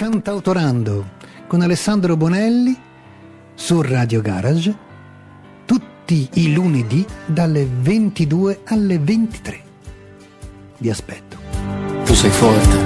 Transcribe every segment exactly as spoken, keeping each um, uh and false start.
Cantautorando con Alessandro Bonelli su Radio Garage tutti i lunedì dalle ventidue alle ventitré. Vi aspetto. Tu sei forte,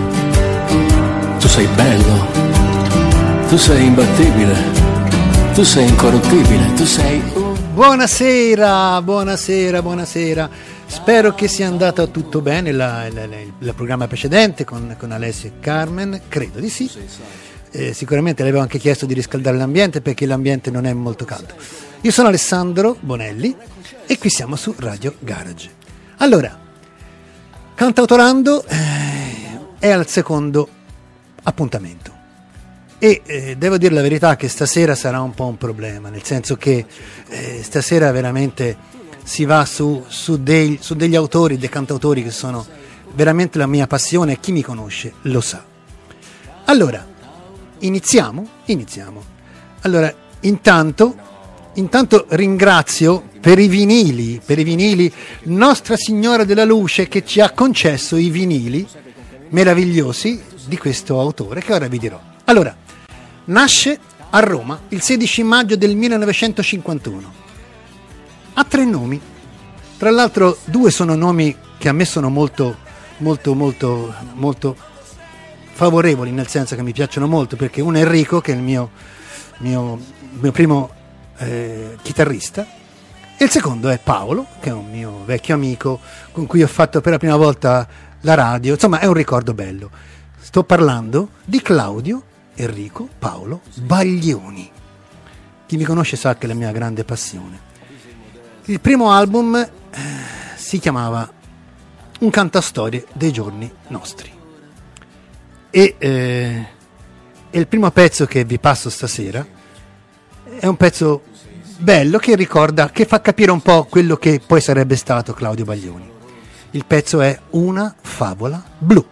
tu sei bello, tu sei imbattibile, tu sei incorruttibile, tu sei... Buonasera, buonasera, buonasera. Spero che sia andato tutto bene la, la, la, il programma precedente con, con Alessio e Carmen, credo di sì. Eh, sicuramente le avevo anche chiesto di riscaldare l'ambiente perché l'ambiente non è molto caldo. Io sono Alessandro Bonelli e qui siamo su Radio Garage. Allora, Cantautorando eh, è al secondo appuntamento. E eh, devo dire la verità che stasera sarà un po' un problema, nel senso che eh, stasera veramente si va su, su, dei, su degli autori, dei cantautori che sono veramente la mia passione e chi mi conosce lo sa. Allora, iniziamo? Iniziamo. Allora, intanto, intanto ringrazio per i vinili, per i vinili Nostra Signora della Luce che ci ha concesso i vinili meravigliosi di questo autore che ora vi dirò. Allora, nasce a Roma il sedici maggio del millenovecentocinquantuno. Ha tre nomi. Tra l'altro due sono nomi che a me sono molto, molto, molto, molto favorevoli, nel senso che mi piacciono molto, perché uno è Enrico, che è il mio, mio, mio primo eh, chitarrista, e il secondo è Paolo, che è un mio vecchio amico con cui ho fatto per la prima volta la radio. Insomma, è un ricordo bello. Sto parlando di Claudio Enrico Paolo Baglioni. Chi mi conosce sa che è la mia grande passione. Il primo album eh, si chiamava Un cantastorie dei giorni nostri e, eh, e il primo pezzo che vi passo stasera è un pezzo bello che ricorda, che fa capire un po' quello che poi sarebbe stato Claudio Baglioni. Il pezzo è Una favola blu.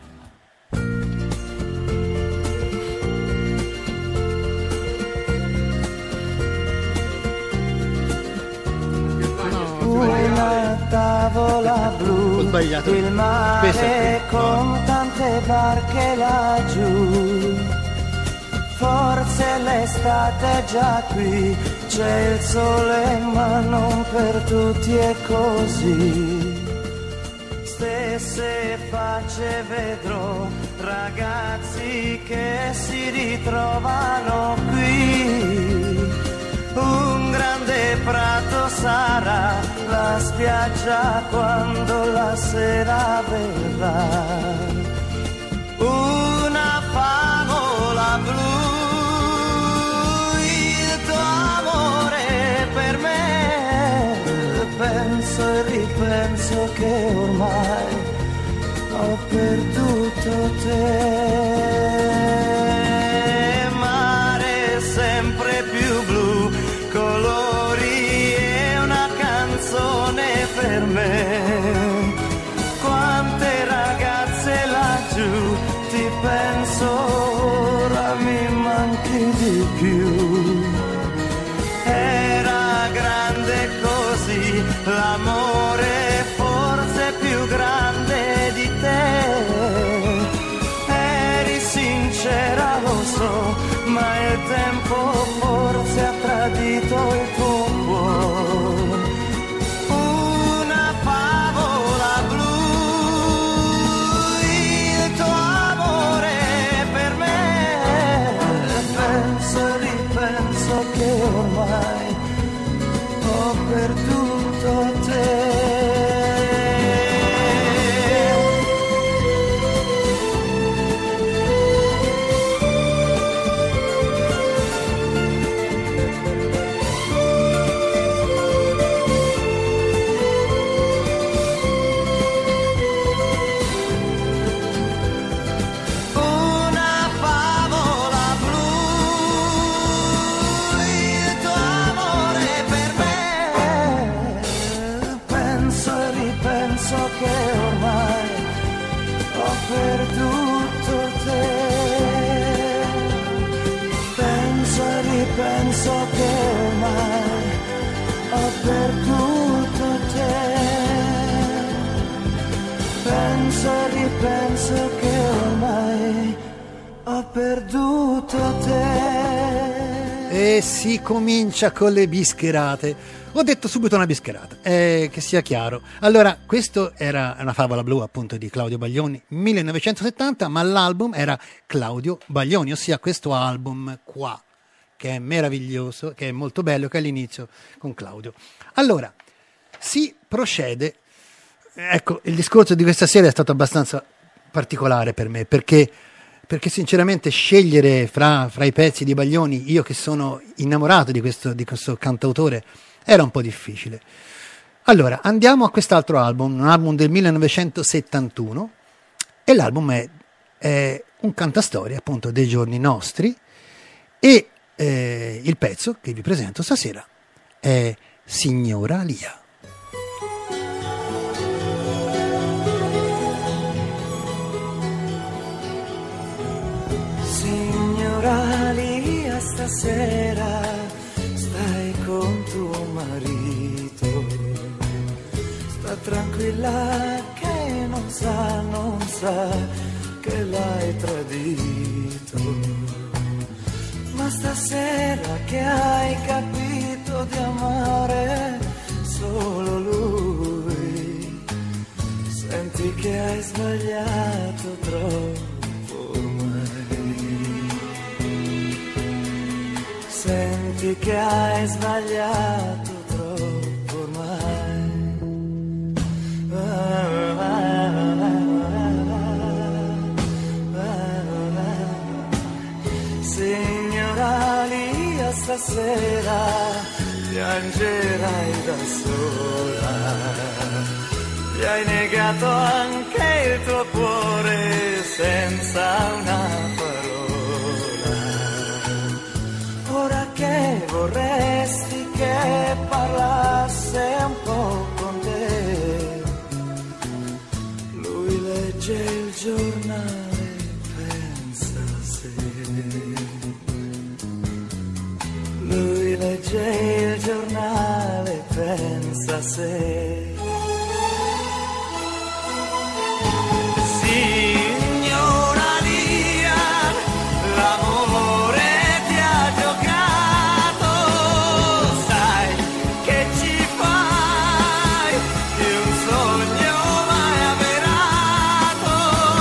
Una tavola blu, il mare con tante barche laggiù. Forse l'estate è già qui, c'è il sole ma non per tutti è così. Stesse facce vedrò, ragazzi che si ritrovano qui. Un grande prato sarà la spiaggia quando la sera verrà. Una favola blu, il tuo amore per me. Penso e ripenso che ormai ho perduto te. Mare sempre più blu, colori e una canzone per me. Quante ragazze laggiù ti penso, ora mi manchi di più. Era grande così l'amore, forse più grande di te. Eri sincera, lo so, ma il tempo forse ha tradito il tuo cuore. Una favola blu, il tuo amore per me. Penso e ripenso che ormai ho perduto te. Penso che ormai ho perduto te. Penso e ripenso che ormai ho perduto te. E si comincia con le bischerate. Ho detto subito una bischerata, eh, che sia chiaro. Allora, questo era una favola blu appunto di Claudio Baglioni, millenovecentosettanta, ma l'album era Claudio Baglioni, ossia questo album qua, che è meraviglioso, che è molto bello, che è all'inizio con Claudio. Allora, si procede. Ecco, il discorso di questa sera è stato abbastanza particolare per me, perché, perché sinceramente scegliere fra, fra i pezzi di Baglioni, io che sono innamorato di questo, di questo cantautore, era un po' difficile. Allora, andiamo a quest'altro album, un album del millenovecentosettantuno, e l'album è, è un cantastorie appunto dei giorni nostri, e eh, il pezzo che vi presento stasera è Signora Lia. Signora Lia, stasera stai con tuo marito, sta tranquilla che non sa, non sa che l'hai tradito, ma stasera che hai capito di amare solo lui, senti che hai sbagliato troppo ormai, senti che hai sbagliato troppo ormai. Ah, ah, ah, ah, ah, ah. Signora Lia, stasera piangerai da sola, ti hai negato anche il tuo cuore senza una parola. Ora che vorresti che parlasse un po' con te, lui legge il giornale, pensa se lui legge il giornale, pensa se Signora Lia, l'amore ti ha giocato, sai che ci fai di un sogno mai avverato.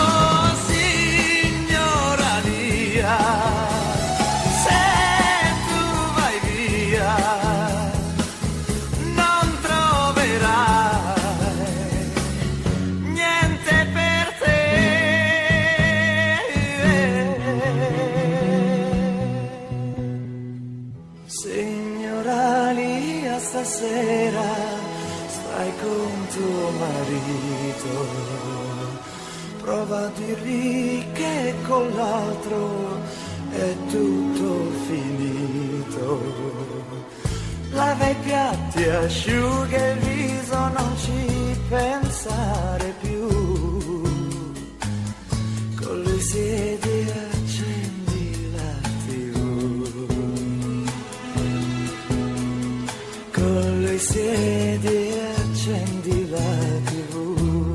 Signora Lia, se tu vai via non troverai niente per te. Signora Lia, stasera stai con tuo marito, prova a dirgli che con l'altro è tutto finito. Lava i piatti, asciuga il viso, non ci pensare più. Con lui siedi e accendi la tivù. Con lui siedi e accendi la tivù.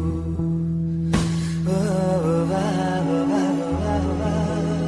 Oh, oh, oh, oh, oh, oh.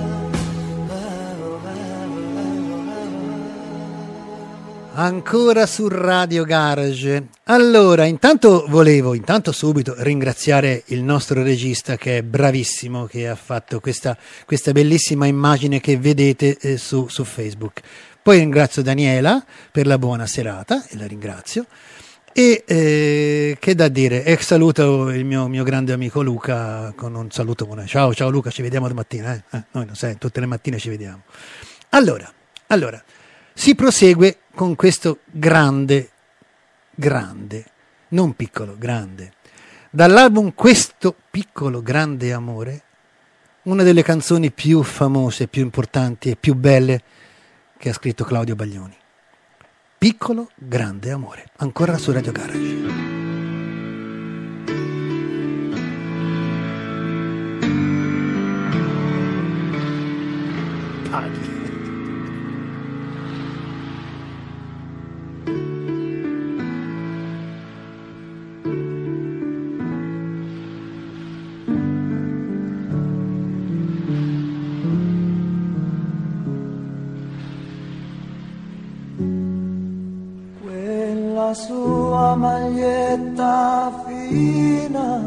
Ancora su Radio Garage. Allora, intanto volevo, intanto subito ringraziare il nostro regista che è bravissimo, che ha fatto questa, questa bellissima immagine che vedete eh, su, su Facebook. Poi ringrazio Daniela per la buona serata, e la ringrazio. E eh, che da dire, e saluto il mio, mio grande amico Luca con un saluto. Ciao, ciao Luca, ci vediamo domattina. Eh? Eh, noi non sai, tutte le mattine ci vediamo. Allora, allora, si prosegue con questo grande, grande, non piccolo, grande, dall'album Questo piccolo grande amore, una delle canzoni più famose, più importanti e più belle che ha scritto Claudio Baglioni. Piccolo grande amore, ancora su Radio Garage. Paghi. sua maglietta fina,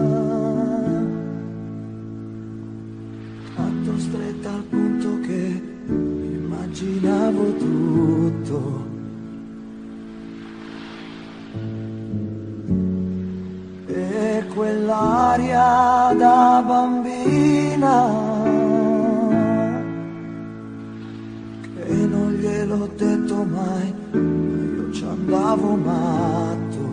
tanto stretta al punto che immaginavo tutto. E quell'aria da bambina che non gliel'ho detto mai, ma io ci andavo matto.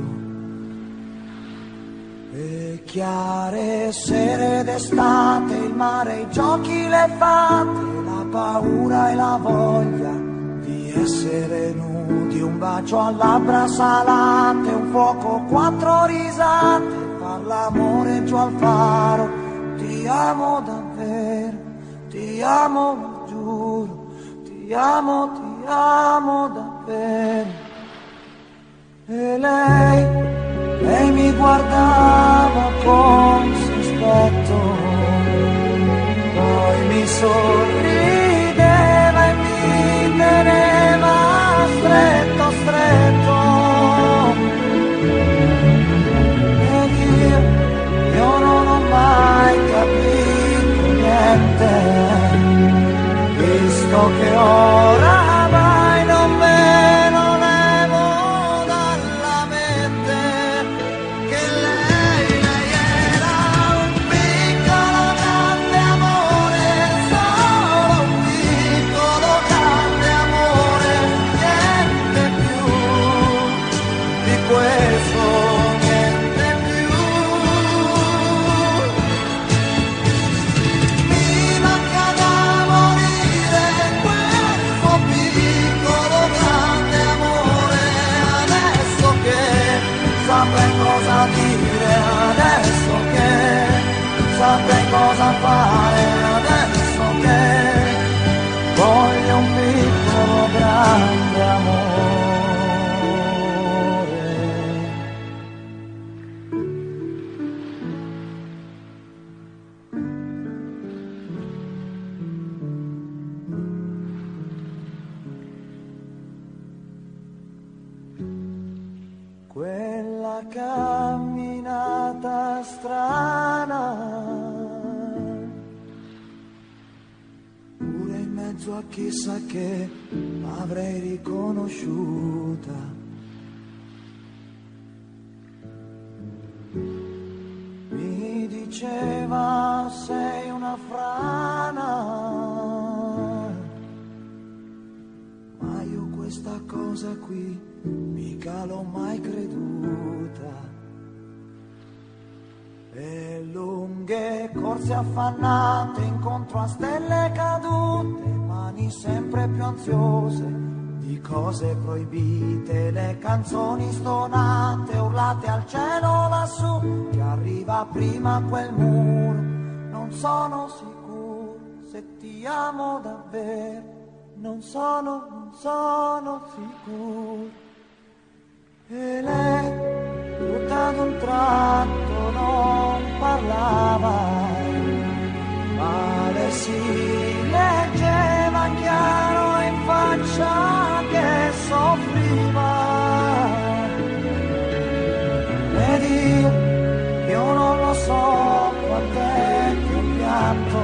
E chiare sere d'estate, il mare, i giochi, le fate, la paura e la voglia di essere nudi, un bacio a labbra salate, un fuoco, quattro risate, far l'amore giù al faro. Ti amo davvero, ti amo, lo giuro, ti amo, ti amo davvero. E lei, lei mi guardava con sospetto, poi mi sorrideva e mi teneva stretto, stretto. Ed io, io non ho mai capito niente, visto che oramai non me lo levo dalla mente, che lei, lei era un piccolo grande amore, solo un piccolo grande amore, niente più di questo, niente più. Mi manca da morire quel suo piccolo grande amore, adesso che saprei cosa dire, adesso che saprei cosa fare, adesso che voglio un piccolo grande amore. Quella camminata strana, pure in mezzo a chissà che avrei riconosciuta. Mi diceva sei una frana, ma io questa cosa qui mica l'ho mai creduta. E lunghe corse affannate incontro a stelle cadute, mani sempre più ansiose di cose proibite, le canzoni stonate urlate al cielo lassù, che arriva prima quel muro. Non sono sicuro se ti amo davvero, non sono, non sono sicuro. E lei, tutta ad un tratto, non parlava, ma le si leggeva chiaro in faccia che soffriva. Ed io, io non lo so quant'è che ho pianto,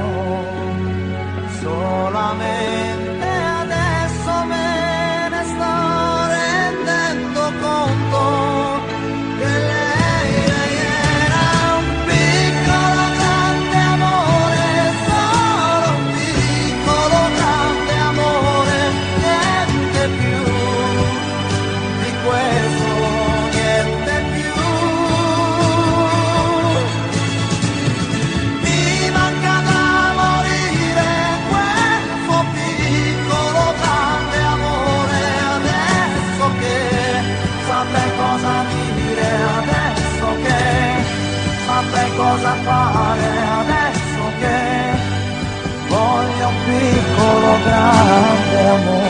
solamente adesso me ne sto rendendo conto che lei, lei era un piccolo grande amore, solo un piccolo grande amore, niente più di questo, niente più. Mi manca da morire quel suo piccolo grande amore, adesso che saprei cosa dire, adesso che saprei cosa fare, adesso che voglio un piccolo grande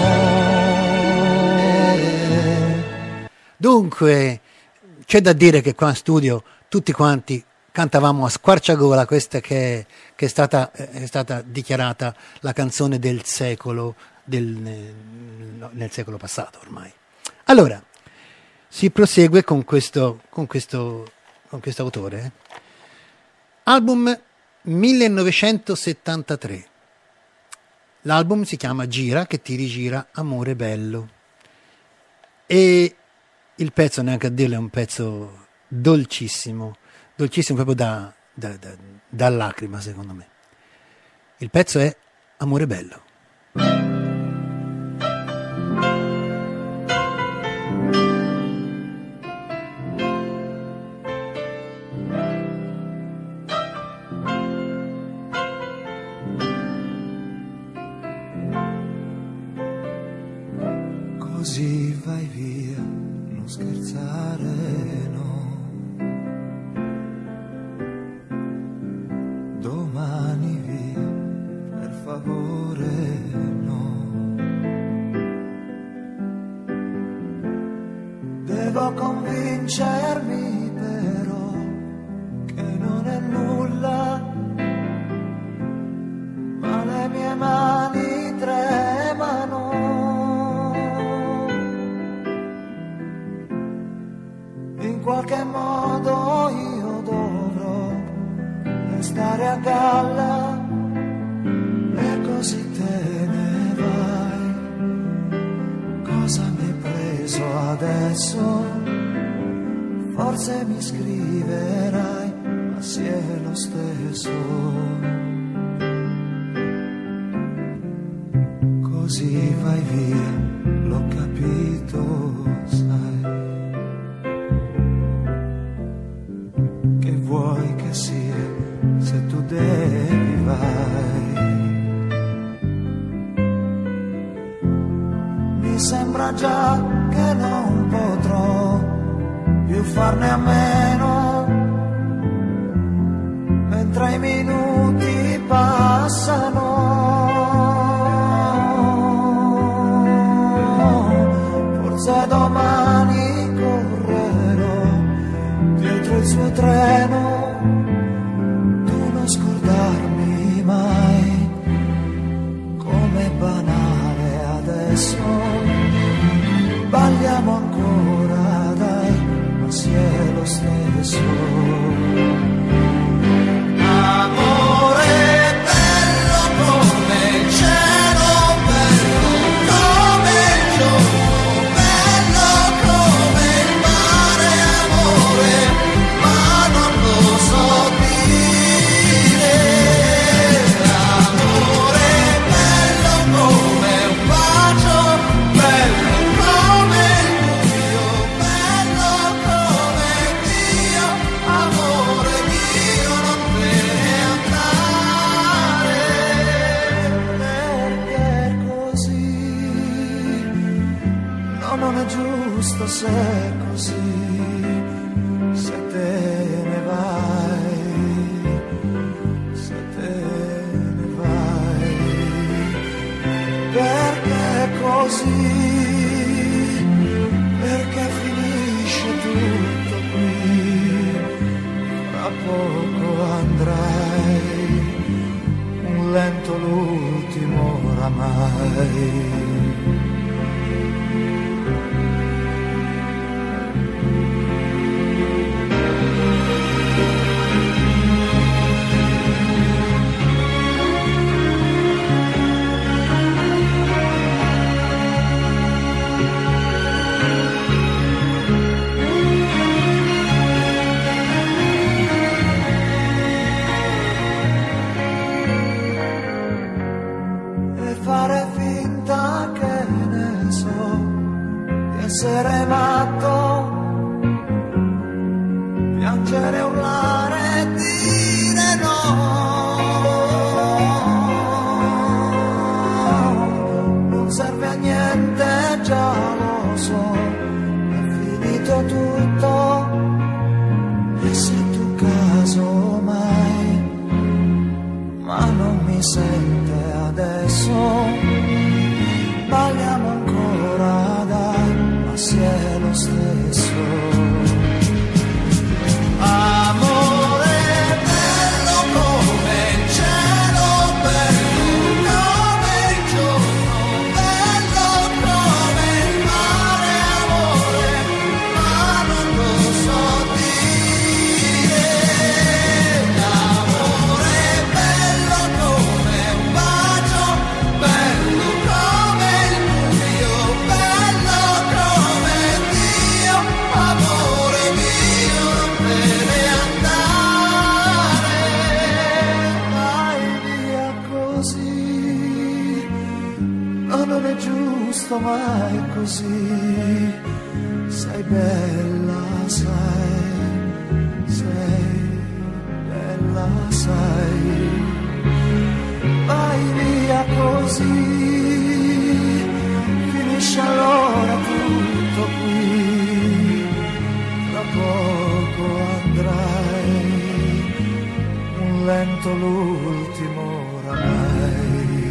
amore. Dunque, c'è da dire che qua in studio tutti quanti cantavamo a squarciagola questa che, che è, stata, è stata dichiarata la canzone del secolo, del, no, nel secolo passato ormai. Allora, si prosegue con questo, con questo, con questo autore. Eh. Album millenovecentosettantatré. L'album si chiama Gira che ti rigira, amore bello. E il pezzo, neanche a dirlo, è un pezzo dolcissimo, dolcissimo proprio da, da, da, da lacrima, secondo me. Il pezzo è Amore bello. Così vai via, non scherzare, no. Domani via, per favore, no. Devo convincermi però che non è nulla, ma le mie mani tremano. In qualche modo io dovrò restare a galla e così te ne vai. Cosa mi hai preso adesso? Forse mi scriverai, ma sì è lo stesso. Così vai via, l'ho capito, sai. Che vuoi che sia, se tu devi vai. Mi sembra già che non potrò più farne a meno, mentre i minuti passano. Forse domani correrò dietro il suo treno, tu non scordarmi mai, com'è banale adesso. Balliamo ancora, dai, ma sì è lo stesso. Amore bello come il cielo, bello come il giorno, bello come il mare, amore, ma non lo so dire. Amore bello come un bacio, bello come il buio, bello come Dio, amore mio non te ne andare, perché così, no, non è giusto se è così, se te ne vai, se te ne vai, perché così, perché finisce tutto qui, fra poco andrai, un lento l'ultimo oramai. E fare finta che ne so di essere matto, piangere, urlare e dire no. Non serve a niente, già lo so, è finito tutto. E se tu caso mai, ma non mi sente adesso, balliamo ancora, dai, ma sì è lo stesso. Amore bello come il cielo, bello come il giorno, bello come il mare, amore, ma non è giusto, ma è così. Sei bella, sai, sei bella, sai. Vai via così, finisce allora tutto qui. Tra poco andrai, un lento l'ultimo oramai.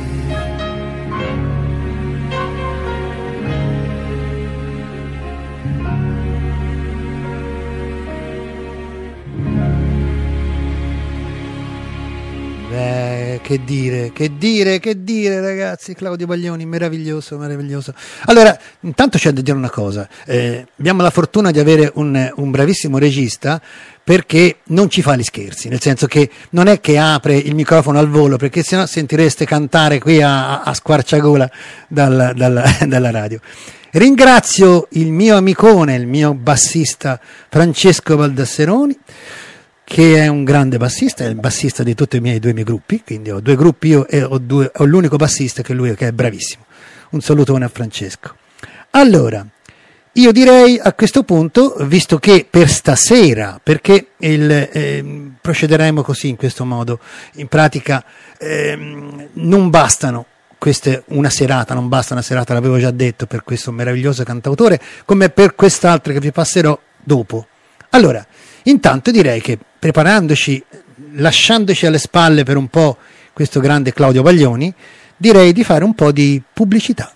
Eh, che dire, che dire, che dire ragazzi, Claudio Baglioni, meraviglioso, meraviglioso. Allora, intanto c'è da dire una cosa, eh, abbiamo la fortuna di avere un, un bravissimo regista, perché non ci fa gli scherzi, nel senso che non è che apre il microfono al volo, perché sennò sentireste cantare qui a, a squarciagola dalla, dalla, dalla radio. Ringrazio il mio amicone, il mio bassista Francesco Baldasseroni, che è un grande bassista, è il bassista di tutti i miei due miei gruppi, quindi ho due gruppi io e ho, due, ho l'unico bassista che è lui, che è bravissimo. Un salutone a Francesco. Allora, io direi a questo punto, visto che per stasera, perché il, eh, procederemo così in questo modo, in pratica eh, non bastano queste, una serata, non basta una serata, l'avevo già detto, per questo meraviglioso cantautore, come per quest'altro che vi passerò dopo. Allora, intanto direi che preparandoci, lasciandoci alle spalle per un po' questo grande Claudio Baglioni, direi di fare un po' di pubblicità.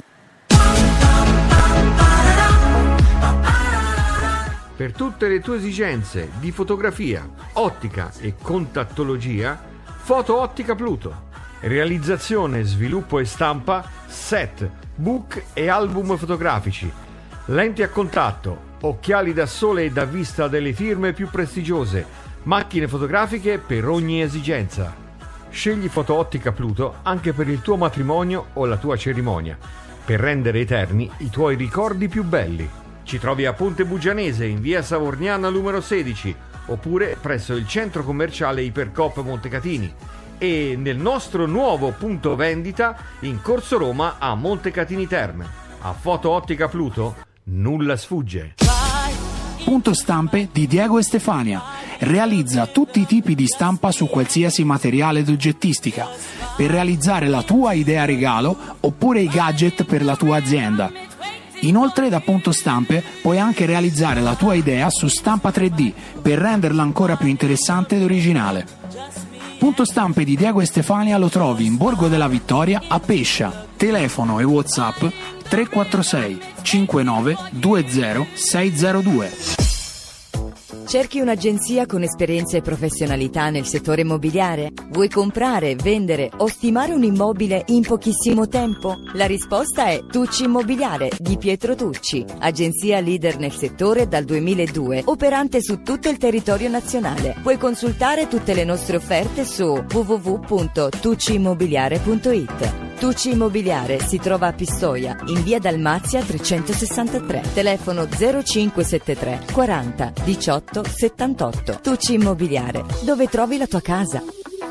Per tutte le tue esigenze di fotografia, ottica e contattologia, Foto Ottica Pluto. Realizzazione, sviluppo e stampa, set, book e album fotografici, lenti a contatto, occhiali da sole e da vista delle firme più prestigiose, macchine fotografiche per ogni esigenza. Scegli Foto Ottica Pluto anche per il tuo matrimonio o la tua cerimonia, per rendere eterni i tuoi ricordi più belli. Ci trovi a Ponte Bugianese in via Savorniana numero sedici, oppure presso il centro commerciale Ipercoop Montecatini, e nel nostro nuovo punto vendita in Corso Roma a Montecatini Terme. A Foto Ottica Pluto nulla sfugge. Punto Stampe di Diego e Stefania. Realizza tutti i tipi di stampa su qualsiasi materiale d'oggettistica per realizzare la tua idea regalo oppure i gadget per la tua azienda. Inoltre da Punto Stampe puoi anche realizzare la tua idea su stampa tre D per renderla ancora più interessante ed originale. Punto Stampe di Diego e Stefania lo trovi in Borgo della Vittoria a Pescia. Telefono e WhatsApp tre quattro sei cinque nove due zero sei zero due. Cerchi un'agenzia con esperienza e professionalità nel settore immobiliare? Vuoi comprare, vendere o stimare un immobile in pochissimo tempo? La risposta è Tucci Immobiliare di Pietro Tucci, agenzia leader nel settore dal duemiladue, operante su tutto il territorio nazionale. Puoi consultare tutte le nostre offerte su w w w punto tucci immobiliare punto i t. Tucci Immobiliare si trova a Pistoia, in via Dalmazia trecentosessantatré, telefono zero cinque sette tre quaranta diciotto settantotto. Tucci Immobiliare, dove trovi la tua casa.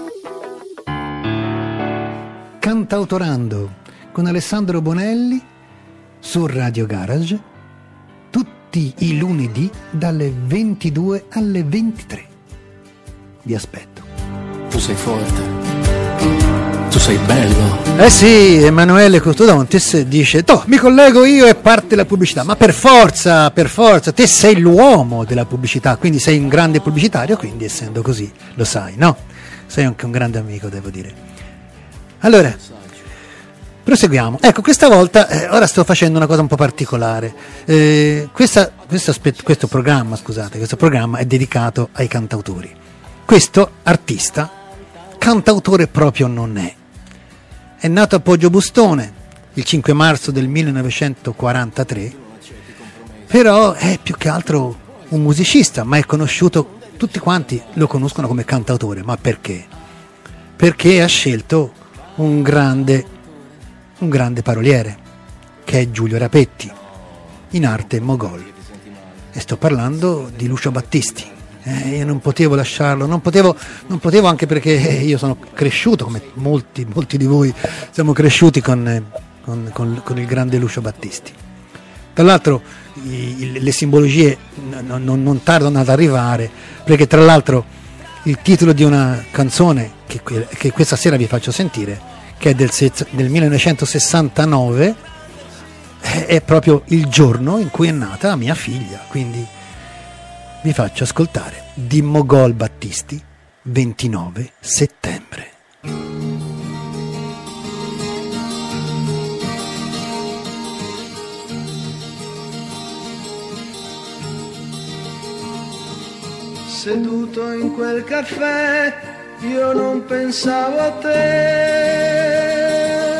Cantautorando con Alessandro Bonelli su Radio Garage, tutti i lunedì dalle ventidue alle ventitré. Vi aspetto. Tu sei forte. Tu sei bello. Eh sì, Emanuele Costodontis dice: toh, mi collego io e parte la pubblicità. Ma per forza, per forza, te sei l'uomo della pubblicità, quindi sei un grande pubblicitario, quindi essendo così lo sai, no? Sei anche un grande amico, devo dire. Allora, proseguiamo. Ecco, questa volta, eh, ora sto facendo una cosa un po' particolare. Eh, questa, questo, aspetto, questo programma, scusate, questo programma è dedicato ai cantautori. Questo artista, cantautore proprio non è. È nato a Poggio-Bustone il cinque marzo del millenovecentoquarantatré, però è più che altro un musicista, ma è conosciuto, tutti quanti lo conoscono come cantautore. Ma perché? Perché ha scelto un grande, un grande paroliere, che è Giulio Rapetti, in arte Mogol. E sto parlando di Lucio Battisti. Eh, io non potevo lasciarlo, non potevo, non potevo anche perché io sono cresciuto, come molti, molti di voi siamo cresciuti con, eh, con, con, con il grande Lucio Battisti. Tra l'altro i, i, le simbologie non, non, non tardano ad arrivare, perché tra l'altro il titolo di una canzone che, che questa sera vi faccio sentire, che è del, del millenovecentosessantanove, è, è proprio il giorno in cui è nata mia figlia, quindi vi faccio ascoltare di Mogol Battisti, ventinove settembre. Seduto in quel caffè, io non pensavo a te.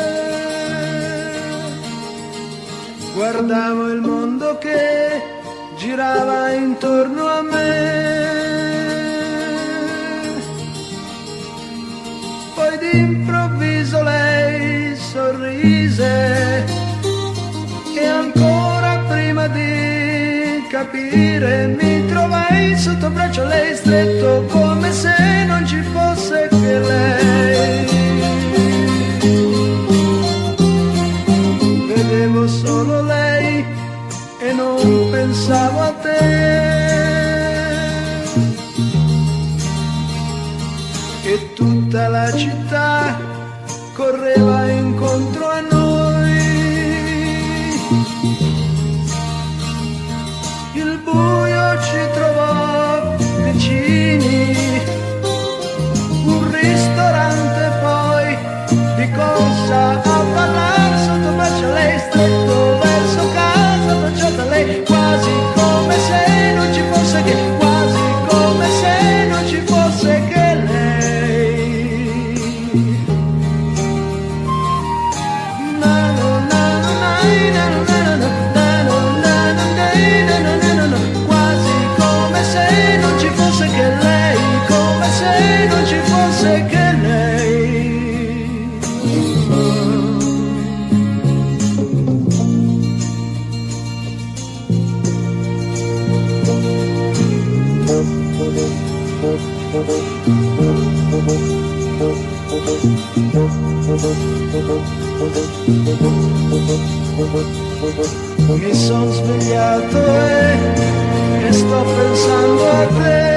Guardavo il mondo che girava intorno a me. Poi d'improvviso lei sorrise e ancora prima di capire mi trovai sotto braccio lei stretto come se non ci fosse che lei. Vedevo solo lei e non pensavo a te. E tutta la città correva incontro a noi. Il buio ci trovò vicini, un ristorante poi, di cosa a parlare sotto braccio lei stretto verso casa, baciata lei quasi come se non ci fosse che, quasi come se non ci fosse che lei. Na, na, na, na, na, na, na, na, na, na. Che lei, come se non ci fosse che lei. Mi son svegliato e, e sto pensando a te.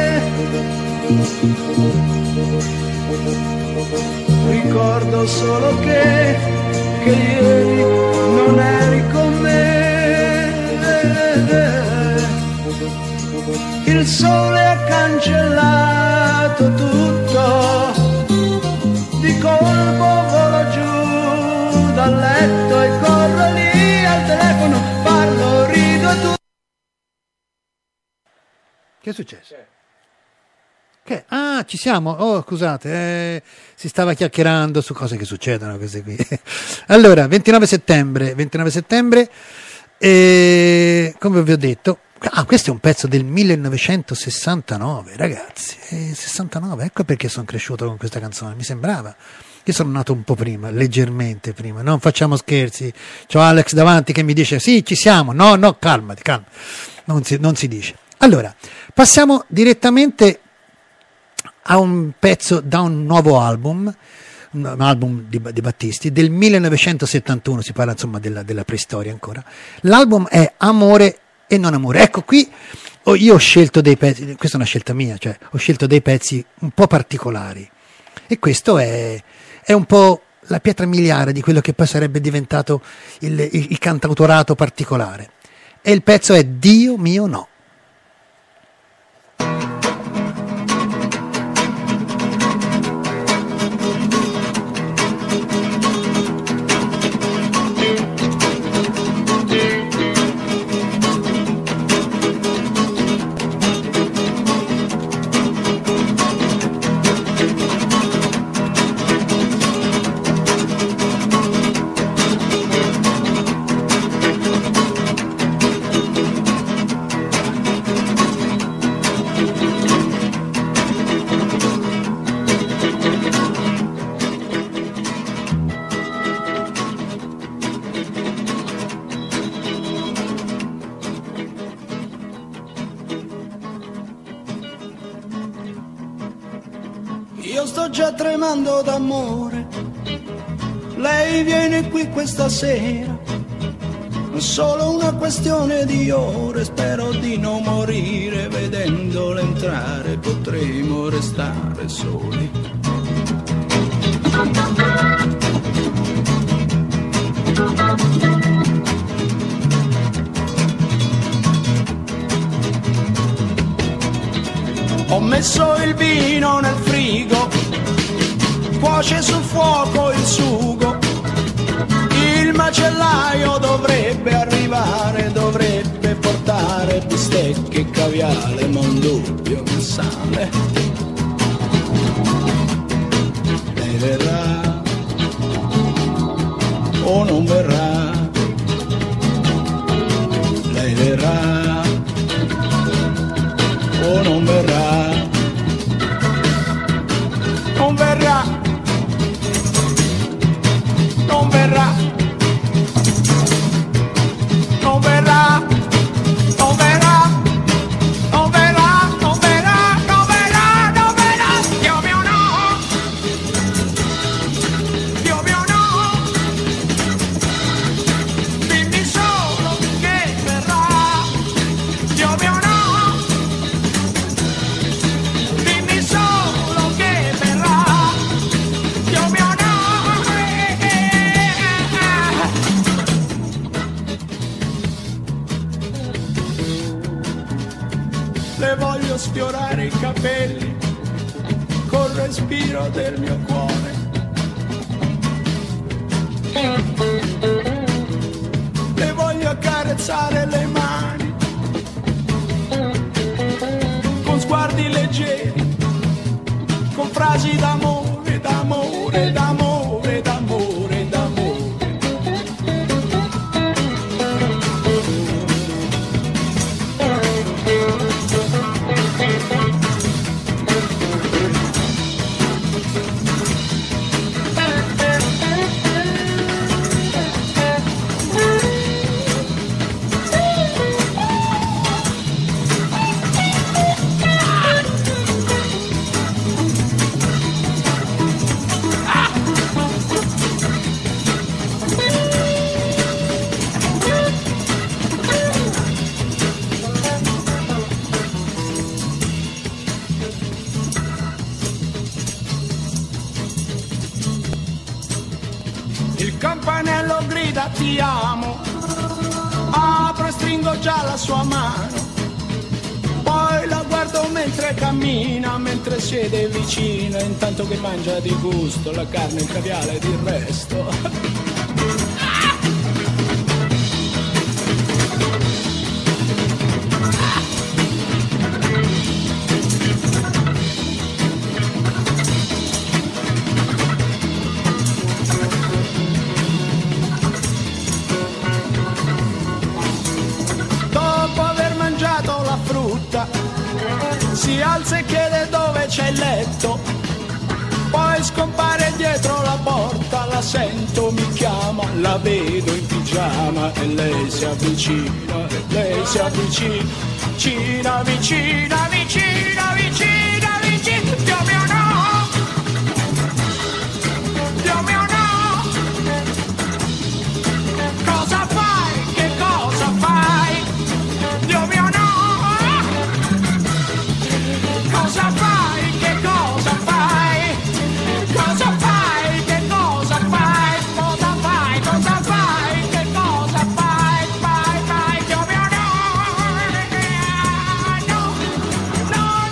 Ricordo solo che, che ieri non eri con me. Il sole ha cancellato tutto, di colpo volo giù dal letto e corro lì al telefono, parlo, rido e tu. Che è successo? Che? Ah, ci siamo? Oh, scusate, eh, si stava chiacchierando su cose che succedono queste qui. Allora, ventinove settembre, ventinove settembre, eh, come vi ho detto, ah, questo è un pezzo del millenovecentosessantanove, ragazzi, eh, sessantanove, ecco perché sono cresciuto con questa canzone, mi sembrava. Io sono nato un po' prima, leggermente prima, non facciamo scherzi. C'ho Alex davanti che mi dice, sì, ci siamo, no, no, calmati, calma, non si, non si dice. Allora, passiamo direttamente a un pezzo da un nuovo album, un album di, di Battisti, del millenovecentosettantuno, si parla insomma della, della preistoria ancora. L'album è Amore e non amore. Ecco, qui oh, io ho scelto dei pezzi, questa è una scelta mia, cioè ho scelto dei pezzi un po' particolari, e questo è, è un po' la pietra miliare di quello che poi sarebbe diventato il, il, il cantautorato particolare. E il pezzo è Dio mio no. Io sto già tremando d'amore, lei viene qui questa sera, è solo una questione di ore, spero di non morire vedendole entrare, potremo restare soli. Ho messo il vino nel frigo, cuoce sul fuoco il sugo, il macellaio dovrebbe arrivare, dovrebbe portare bistecche e caviale, ma un dubbio mi sale. Lei verrà o non verrà? Lei verrà o non verrà? Non verrà, non verrà, non verrà, non verrà, non verrà, non verrà, non verrà, non verrà, Dio mio no, Dio mio no, dimmi solo che verrà, Dio mio no. Le voglio sfiorare i capelli col respiro del mio cuore. Le voglio accarezzare le mani con sguardi leggeri, con frasi d'amore, d'amore, d'amore, d'amore, d'amore. Il campanello grida ti amo, apro e stringo già la sua mano, poi la guardo mentre cammina, mentre siede vicino, intanto che mangia di gusto la carne, il caviale ed il resto. Si alza e chiede dove c'è il letto, poi scompare dietro la porta, la sento, mi chiama, la vedo in pigiama e lei si avvicina, e lei si avvicina, vicina, vicina, vicina, vicina, vicina, Dio mio no, Dio mio no, cosa fai, che cosa fai, Dio mio no. Cosa fai? Che cosa fai? Cosa fai? Che cosa fai? Cosa fai? Cosa fai? Che cosa fai? Fai, fai, Dio mio no! No! No!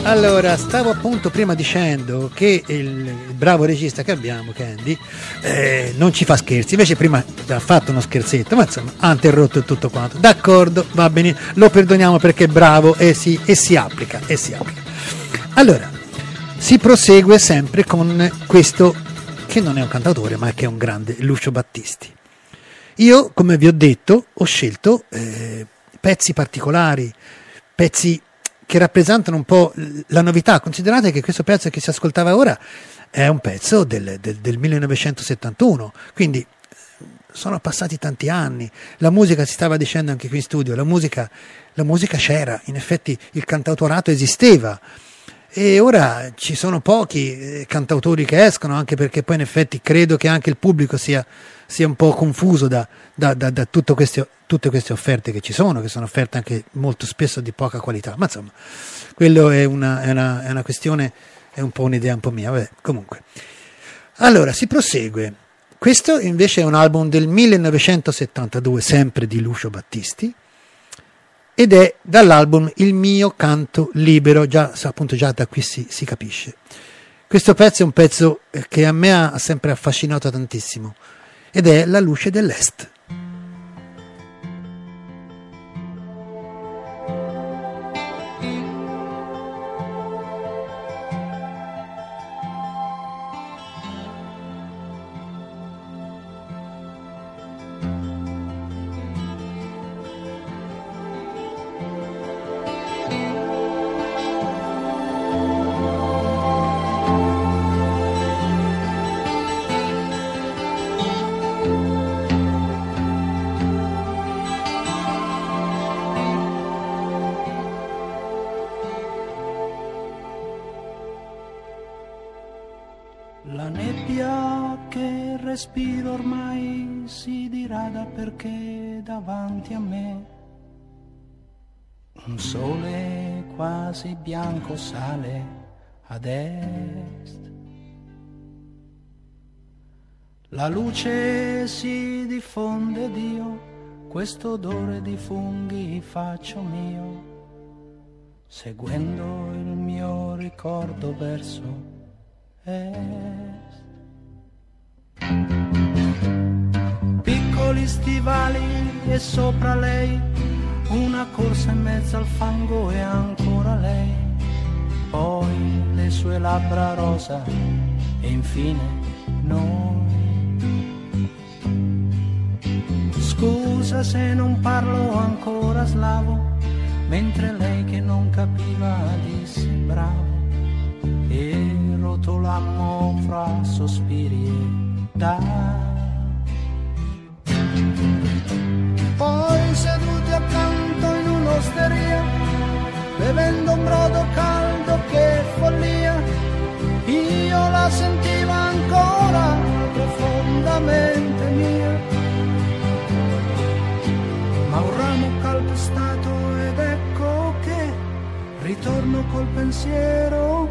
Allora, stavo appunto prima dicendo che il, il bravo regista che abbiamo, Candy, eh, non ci fa scherzi. Invece prima ha fatto uno scherzetto, ma insomma ha interrotto tutto quanto. D'accordo, va bene, lo perdoniamo perché è bravo e si, e si applica, e si applica. Allora, si prosegue sempre con questo, che non è un cantautore, ma che è un grande, Lucio Battisti. Io, come vi ho detto, ho scelto eh, pezzi particolari, pezzi che rappresentano un po' la novità. Considerate che questo pezzo che si ascoltava ora è un pezzo del, del, del millenovecentosettantuno, quindi sono passati tanti anni, la musica, si stava dicendo anche qui in studio, la musica, la musica c'era, in effetti il cantautorato esisteva, e ora ci sono pochi cantautori che escono, anche perché poi in effetti credo che anche il pubblico sia, sia un po' confuso da, da, da, da tutto queste, tutte queste offerte che ci sono, che sono offerte anche molto spesso di poca qualità, ma insomma quello è una, è una, è una questione, è un po' un'idea un po' mia, vabbè, comunque. Allora si prosegue. Questo invece è un album del millenovecentosettantadue, sempre di Lucio Battisti, ed è dall'album Il mio canto libero, già appunto già da qui si, si capisce. Questo pezzo è un pezzo che a me ha sempre affascinato tantissimo, ed è La luce dell'Est. La nebbia che respiro ormai si dirada perché davanti a me un sole quasi bianco sale ad est. La luce si diffonde ed io questo odore di funghi faccio mio, seguendo il mio ricordo verso est. Piccoli stivali e sopra lei una corsa in mezzo al fango e ancora lei, poi le sue labbra rosa e infine noi. Scusa se non parlo ancora slavo, mentre lei che non capiva disse bravo, e rotolammo fra sospiri e da. Poi seduti accanto in un'osteria, bevendo un brodo caldo, che follia, io la sentivo ancora profondamente mia, ma un ramo calpestato ed ecco che ritorno col pensiero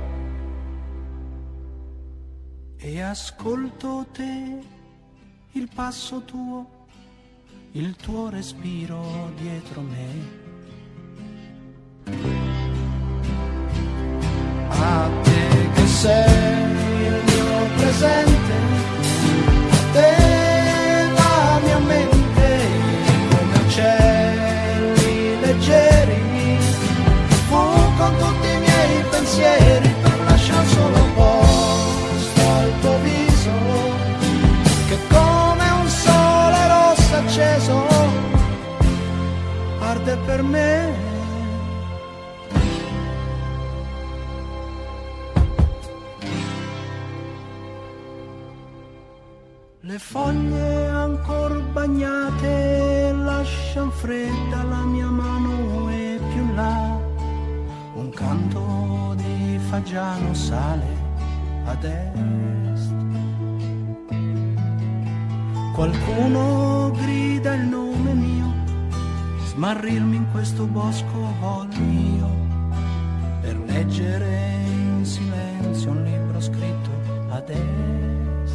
e ascolto te, il passo tuo, il tuo respiro dietro me. A te che sei il mio presente, te la mia mente, come uccelli leggeri, fu con tutti i miei pensieri per lasciar solo posto al tuo viso, che come un sole rosso acceso arde per me. Le foglie ancor bagnate lascian fredda la mia mano e più là un canto di fagiano sale ad est. Qualcuno grida il nome mio, smarrirmi in questo bosco voglio io, per leggere in silenzio un libro scritto ad est.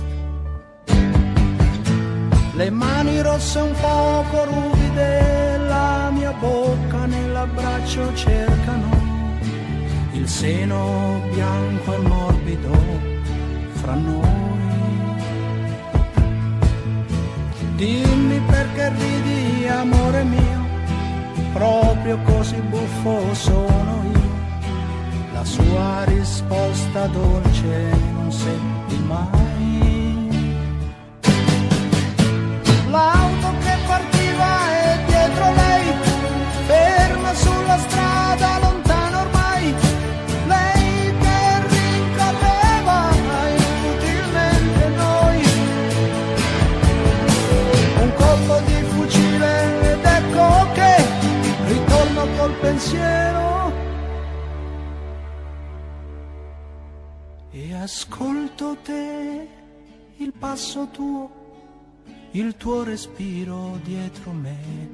Le mani rosse un poco ruvide, la mia bocca nell'abbraccio cercano il il seno bianco e morbido fra noi. Dimmi perché ridi, amore mio, proprio così buffo sono io. La sua risposta dolce non seppi mai. L'auto che partiva e dietro lei, ferma sulla strada lontana ormai. Lei che rincorreva inutilmente noi. Un colpo di fucile ed ecco che ritorno col pensiero e ascolto te, il passo tuo, il tuo respiro dietro me.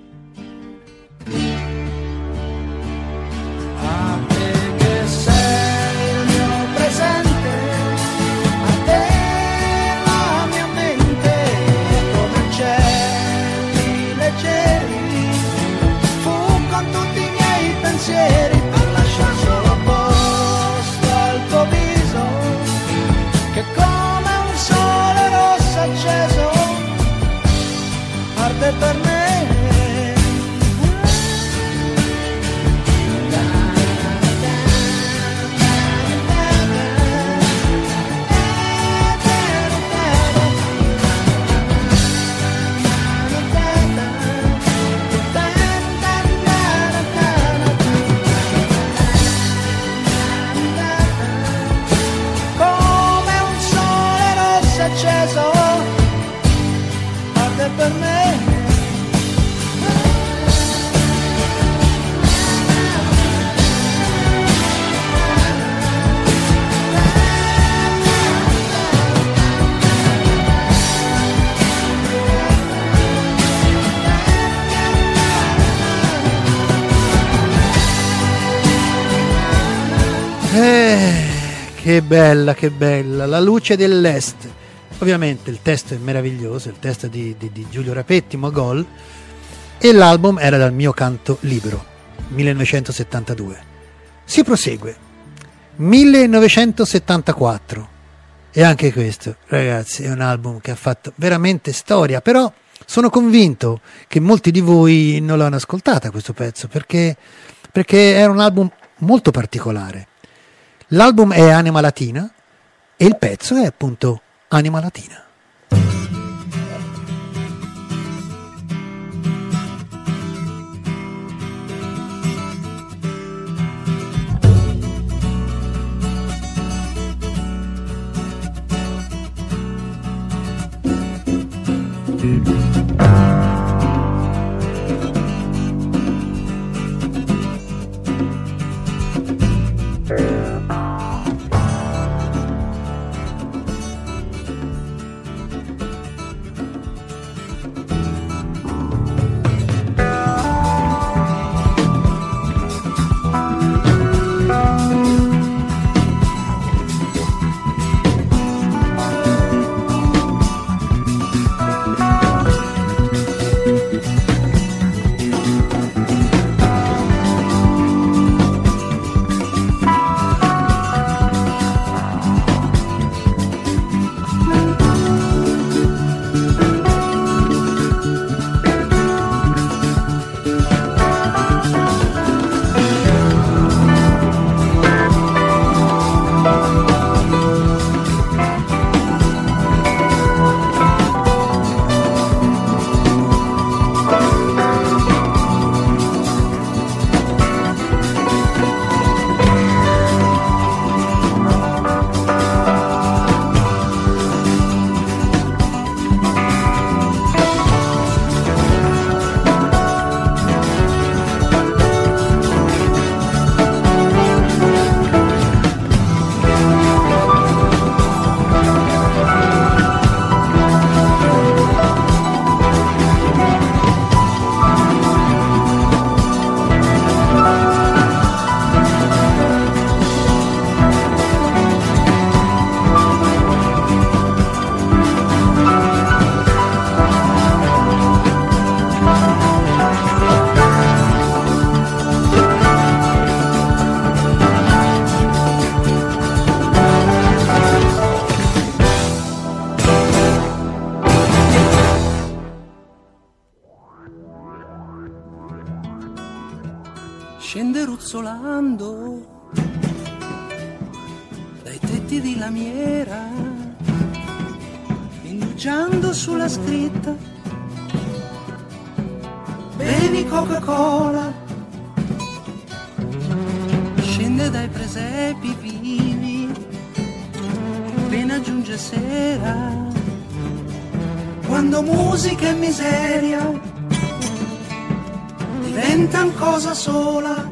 A te che sei il mio presente, a te la mia mente, come cieli leggeri, fu con tutti i miei pensieri per lasciar solo posto al tuo viso, che come un sole rosso acceso arde per me. Per me. Eh, che bella, che bella, La luce dell'est. Ovviamente il testo è meraviglioso, il testo di, di, di Giulio Rapetti, Mogol, e l'album era dal Mio canto libero, millenovecentosettantadue. Si prosegue, millenovecentosettantaquattro, e anche questo, ragazzi, è un album che ha fatto veramente storia, però sono convinto che molti di voi non l'hanno ascoltata questo pezzo, perché, perché era un album molto particolare. L'album è Anima Latina e il pezzo è appunto Anima Latina. ruzzolando dai tetti di lamiera, indugiando sulla scritta bevi Coca-Cola, scende dai presepi vivi appena giunge sera, quando musica e miseria diventan cosa sola.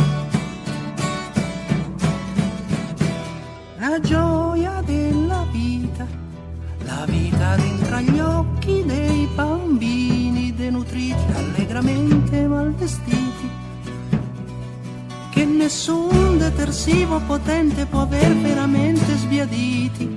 La gioia della vita, la vita dentro agli occhi dei bambini denutriti, allegramente malvestiti, che nessun detersivo potente può aver veramente sbiaditi.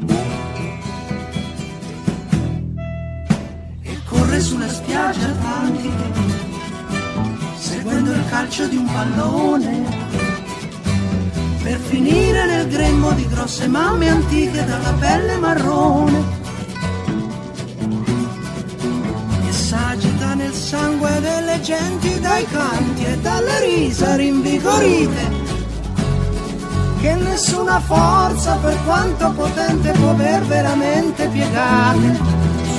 E corre sulle spiagge atlantiche, seguendo il calcio di un pallone, per finire nel grembo di grosse mamme antiche dalla pelle marrone, e s'agita nel sangue delle genti dai canti e dalle risa rinvigorite, che nessuna forza, per quanto potente, può aver veramente piegate.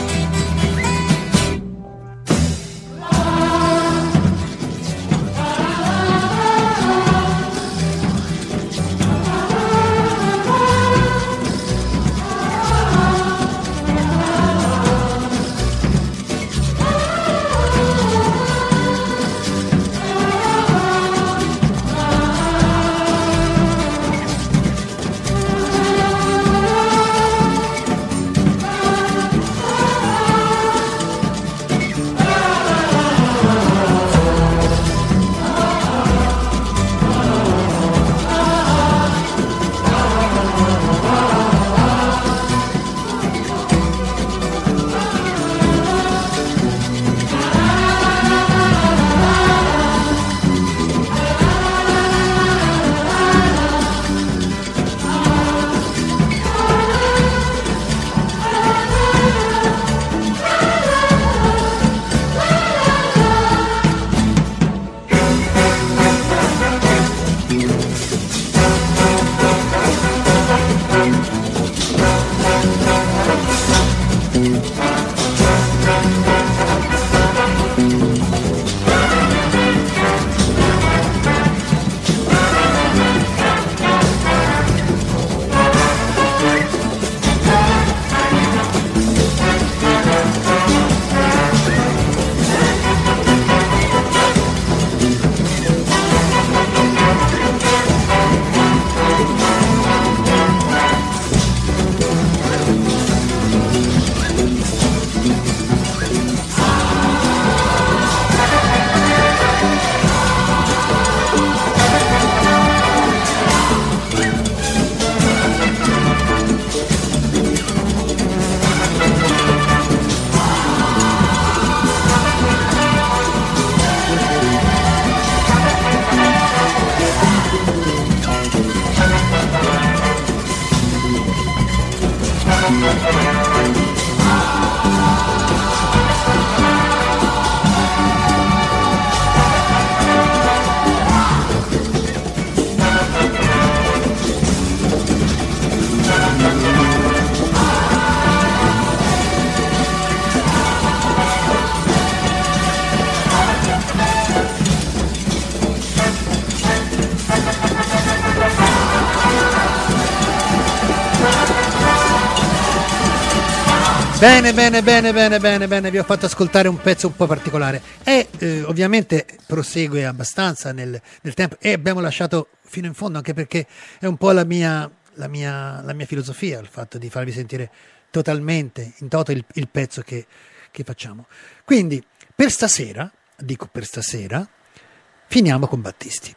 Bene, bene, bene, bene, bene, bene, vi ho fatto ascoltare un pezzo un po' particolare e eh, ovviamente prosegue abbastanza nel, nel tempo e abbiamo lasciato fino in fondo, anche perché è un po' la mia, la mia, la mia filosofia, il fatto di farvi sentire totalmente, in toto, il, il pezzo che, che facciamo. Quindi per stasera, dico per stasera, finiamo con Battisti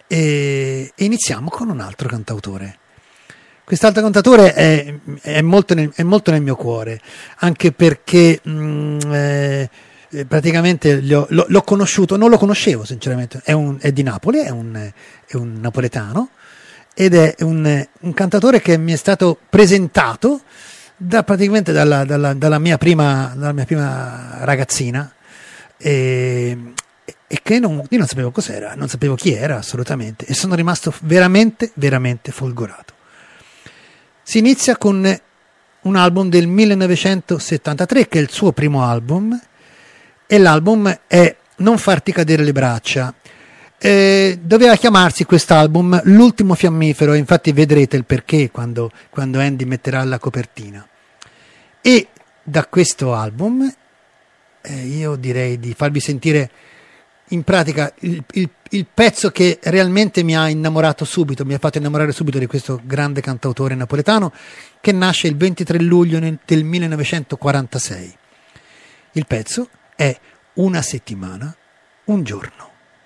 e, e iniziamo con un altro cantautore. Quest'altro cantatore è, è, molto nel, è molto nel mio cuore, anche perché mh, eh, praticamente ho, l'ho, l'ho conosciuto, non lo conoscevo sinceramente, è, un, è di Napoli, è un, è un napoletano ed è un, un cantatore che mi è stato presentato da, praticamente dalla, dalla, dalla, mia prima, dalla mia prima ragazzina e, e che non, io non sapevo cos'era, non sapevo chi era assolutamente, e sono rimasto veramente, veramente folgorato. Si inizia con un album del millenovecentosettantatré, che è il suo primo album, e l'album è Non farti cadere le braccia. Eh, doveva chiamarsi quest'album L'ultimo fiammifero, infatti vedrete il perché quando, quando Andy metterà la copertina. E da questo album eh, io direi di farvi sentire in pratica il, il, il pezzo che realmente mi ha innamorato subito, mi ha fatto innamorare subito di questo grande cantautore napoletano, che nasce il ventitré luglio del millenovecentoquarantasei. Il pezzo è Una settimana, un giorno.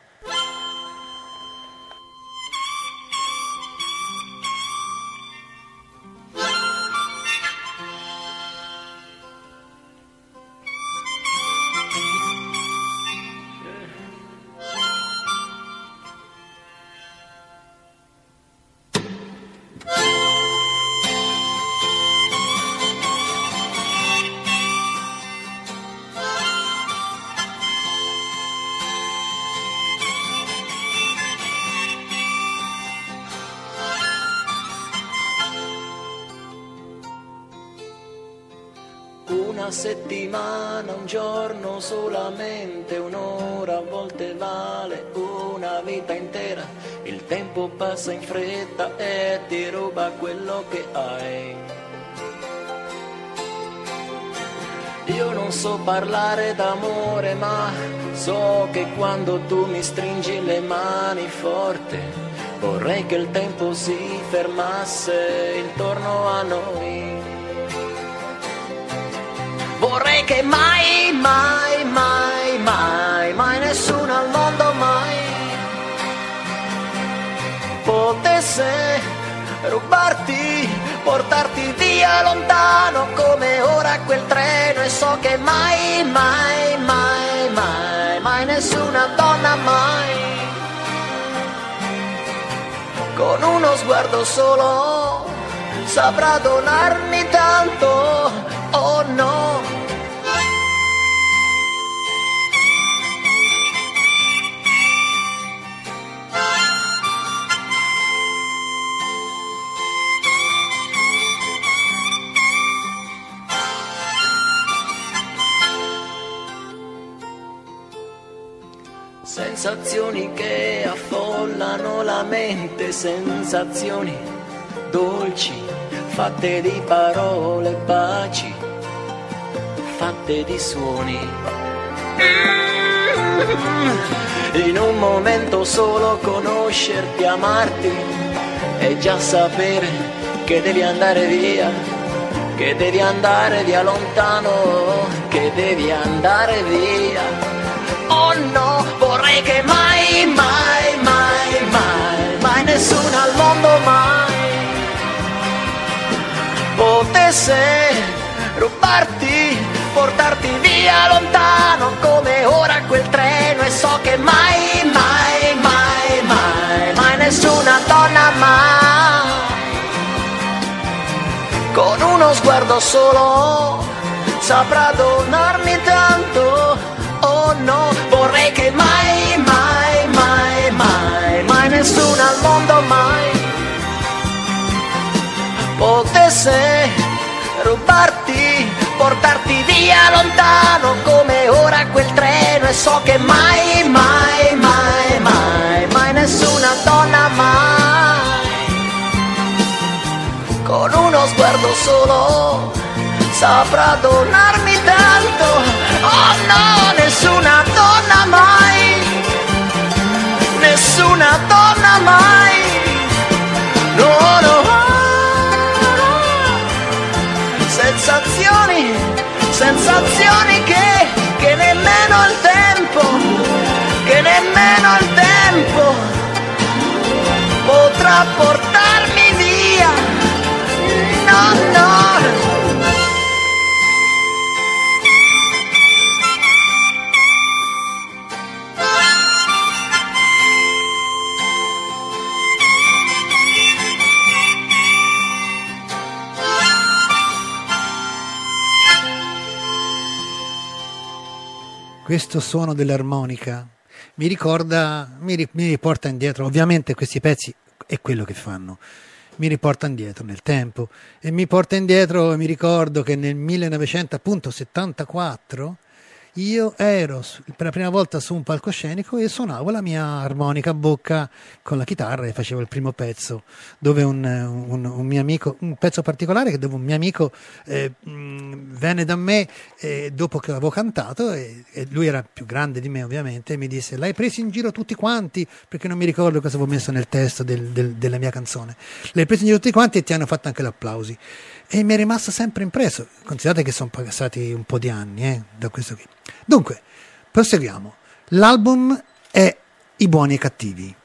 Una settimana, un giorno, solamente un'ora, a volte vale una vita intera. Il tempo passa in fretta e ti ruba quello che hai. Io non so parlare d'amore, ma so che quando tu mi stringi le mani forte, vorrei che il tempo si fermasse intorno a noi. Vorrei che mai, mai, mai, mai, mai nessuno al mondo mai potesse rubarti, portarti via lontano come ora quel treno. E so che mai, mai, mai, mai, mai nessuna donna mai, con uno sguardo solo, saprà donarmi tanto, oh no. Sensazioni che affollano la mente, sensazioni dolci, fatte di parole, baci, fatte di suoni. In un momento solo conoscerti, amarti e già sapere che devi andare via, che devi andare via lontano, che devi andare via. Oh no, vorrei che mai, mai, mai, mai, mai nessuno al mondo mai potesse rubarti, portarti via lontano come ora quel treno. E so che mai, mai, mai, mai, mai nessuna donna mai, con uno sguardo solo, saprà donarmi tanto. Oh no, vorrei che mai, mai, mai, mai, mai nessuno al mondo mai potesse rubarti, portarti via lontano come ora quel treno. E so che mai, mai, mai, mai, mai nessuna donna mai, con uno sguardo solo, saprà donarmi tanto. Oh no, nessuna donna mai, nessuna donna mai, no, no. Sensazioni, sensazioni che, che nemmeno il tempo, che nemmeno il tempo potrà portarmi via, no, no. Questo suono dell'armonica mi ricorda, mi, ri, mi riporta indietro. Ovviamente questi pezzi è quello che fanno, mi riporta indietro nel tempo e mi porta indietro. Mi ricordo che nel millenovecentosettantaquattro io ero per la prima volta su un palcoscenico e suonavo la mia armonica a bocca con la chitarra e facevo il primo pezzo dove un, un, un mio amico, un pezzo particolare che dove un mio amico eh, mh, venne da me eh, dopo che avevo cantato e, e lui era più grande di me ovviamente e mi disse: l'hai preso in giro tutti quanti, perché non mi ricordo cosa avevo messo nel testo del, del, della mia canzone, l'hai preso in giro tutti quanti e ti hanno fatto anche gli applausi. E mi è rimasto sempre impresso. Considerate che sono passati un po' di anni eh, da questo qui. Dunque, proseguiamo. L'album è I buoni e cattivi,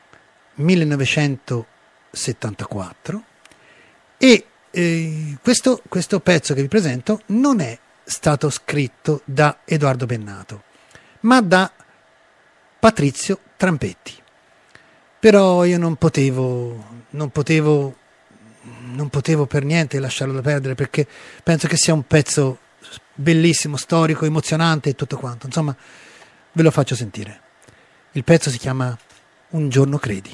millenovecentosettantaquattro, e eh, questo, questo pezzo che vi presento non è stato scritto da Edoardo Bennato, ma da Patrizio Trampetti. Però io non potevo, non potevo non potevo per niente lasciarlo da perdere, perché penso che sia un pezzo bellissimo, storico, emozionante e tutto quanto. Insomma, ve lo faccio sentire. Il pezzo si chiama Un giorno credi.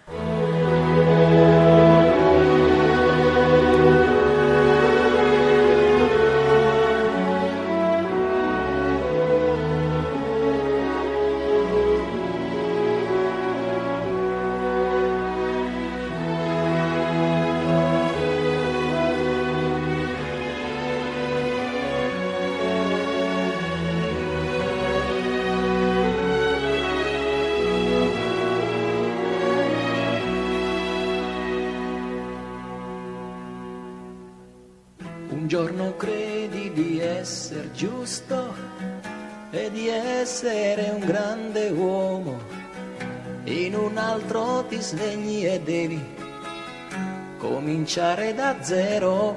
Un giorno credi di essere giusto e di essere un grande uomo, in un altro ti svegli e devi cominciare da zero.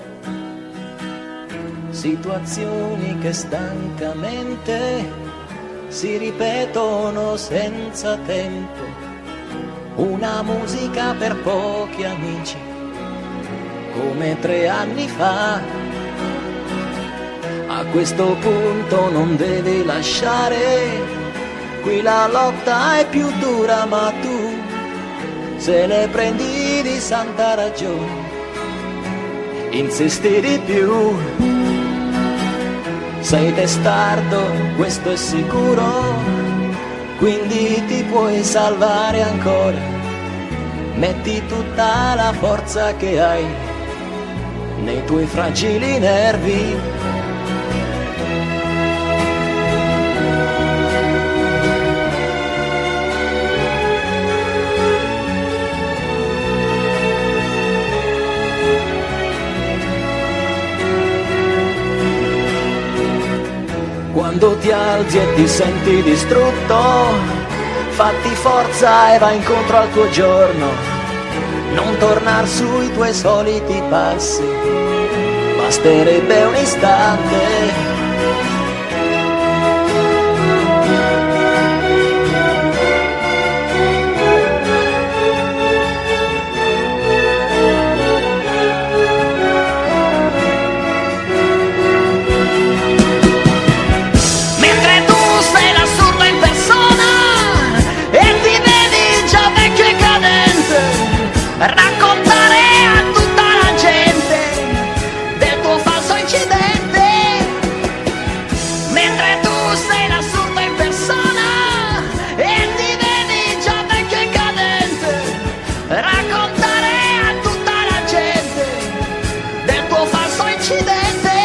Situazioni che stancamente si ripetono senza tempo, una musica per pochi amici come tre anni fa. A questo punto non devi lasciare, qui la lotta è più dura, ma tu se ne prendi di santa ragione, insisti di più. Sei testardo, questo è sicuro, quindi ti puoi salvare ancora. Metti tutta la forza che hai nei tuoi fragili nervi. Quando ti alzi e ti senti distrutto, fatti forza e vai incontro al tuo giorno. Non tornar sui tuoi soliti passi, basterebbe un istante. Raccontare a tutta la gente del tuo falso incidente, mentre tu sei l'assurdo in persona e ti vedi già vecchio e cadente. Raccontare a tutta la gente del tuo falso incidente.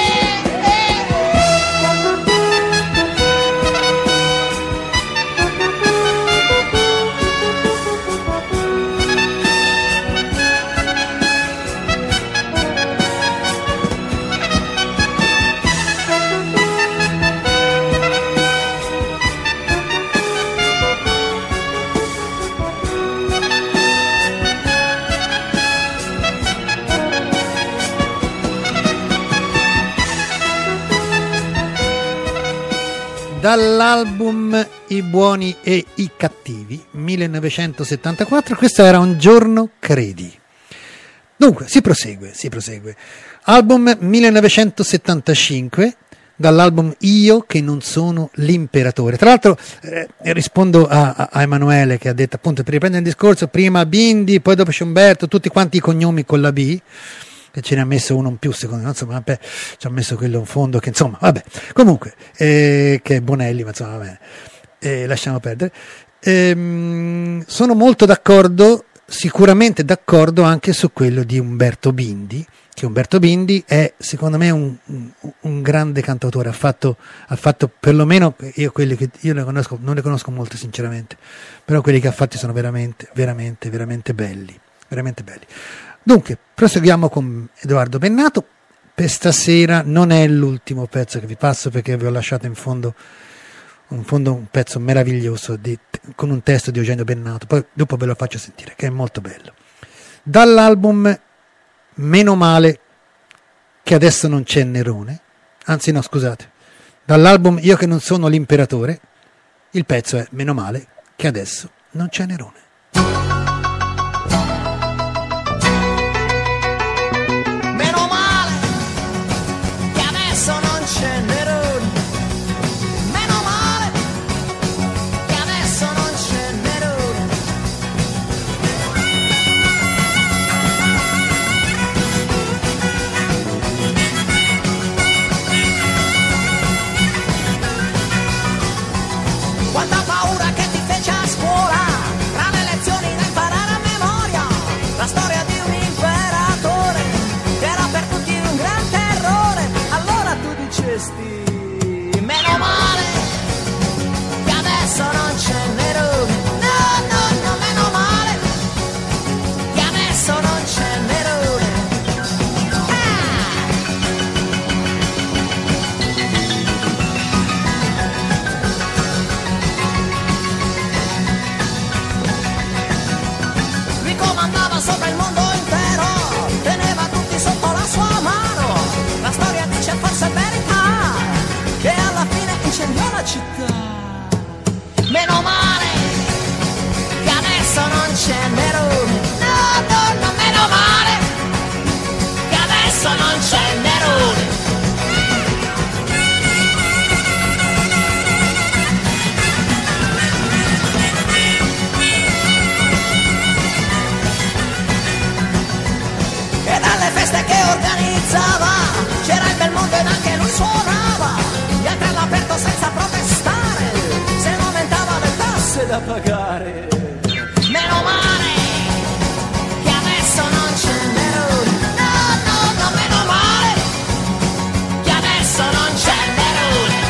Dall'album I buoni e i cattivi, millenovecentosettantaquattro, questo era Un giorno credi. Dunque, si prosegue, si prosegue. Album millenovecentosettantacinque, dall'album Io che non sono l'imperatore. Tra l'altro eh, rispondo a, a, a Emanuele che ha detto, appunto, per riprendere il discorso, prima Bindi, poi dopo c'è Umberto, tutti quanti i cognomi con la B, che ce ne ha messo uno in più secondo me, insomma, vabbè, ci ha messo quello in fondo che insomma, vabbè, comunque, eh, che è Bonelli, ma insomma, vabbè, eh, lasciamo perdere. Ehm, sono molto d'accordo, sicuramente d'accordo anche su quello di Umberto Bindi, che Umberto Bindi è secondo me un, un, un grande cantautore, ha fatto, ha fatto perlomeno, io quelli che io ne conosco, non ne conosco molto sinceramente, però quelli che ha fatti sono veramente, veramente, veramente belli, veramente belli. Dunque, proseguiamo con Edoardo Bennato. Per stasera non è l'ultimo pezzo che vi passo, perché vi ho lasciato in fondo un, fondo un pezzo meraviglioso di, con un testo di Eugenio Bennato, poi dopo ve lo faccio sentire, che è molto bello. Dall'album Meno male che adesso non c'è Nerone, anzi no, scusate, dall'album Io che non sono l'imperatore, il pezzo è Meno male che adesso non c'è Nerone. Quanta paura che ti fece a scuola, tra le lezioni da imparare a memoria, la storia di un imperatore che era per tutti un gran terrore. Allora tu dicesti, meno male che adesso non c'è Nerone. No, no, no, meno male che adesso non c'è Nerone. Comandava sopra il mondo intero, teneva tutti sotto la sua mano. La storia dice forse verità, che alla fine incendiò la città. Meno male che adesso non c'è Nerone. No, no, no, meno male che adesso non c'è Nerone. E dalle feste che organizzava c'era il bel mondo ed anche lui suonava, gli altri all'aperto senza protestare, se non aumentava le tasse da pagare. Meno male che adesso non c'è Nerone. No, no, no, meno male che adesso non c'è Nerone.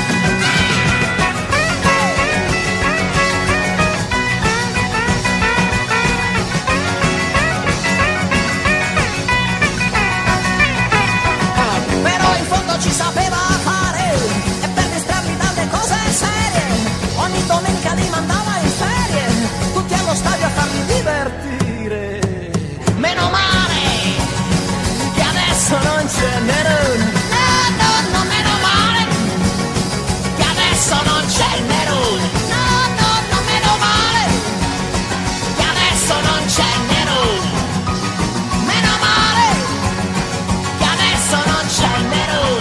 Ci sapeva fare, e per distrarli dalle cose serie ogni domenica li mandava in ferie, tutti allo stadio a farli divertire. Meno male che adesso non c'è Nerone. No, no, no, meno male che adesso non c'è Nerone. No, no, no, meno male che adesso non c'è Nerone. Meno male che adesso non c'è Nerone.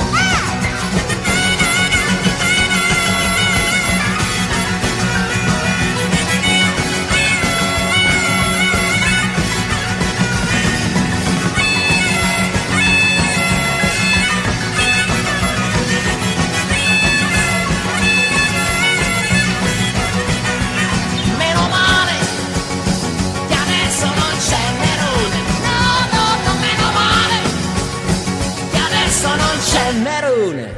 Nerone.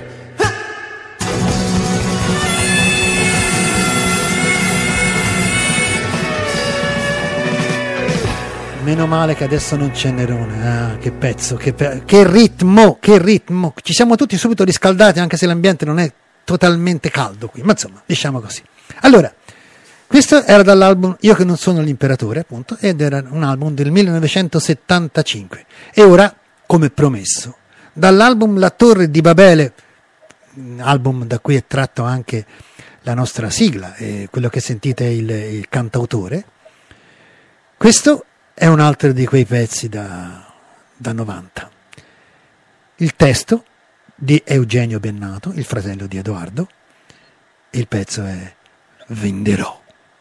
Meno male che adesso non c'è Nerone. Ah, che pezzo, che, pe- che ritmo, che ritmo. Ci siamo tutti subito riscaldati, anche se l'ambiente non è totalmente caldo qui, ma insomma, diciamo così. Allora, questo era dall'album Io che non sono l'imperatore, appunto, ed era un album del millenovecentosettantacinque. E ora, come promesso, dall'album La Torre di Babele, album da cui è tratto anche la nostra sigla, e quello che sentite è il, il cantautore, questo è un altro di quei pezzi da, da novanta. Il testo di Eugenio Bennato, il fratello di Edoardo, e il pezzo è Venderò.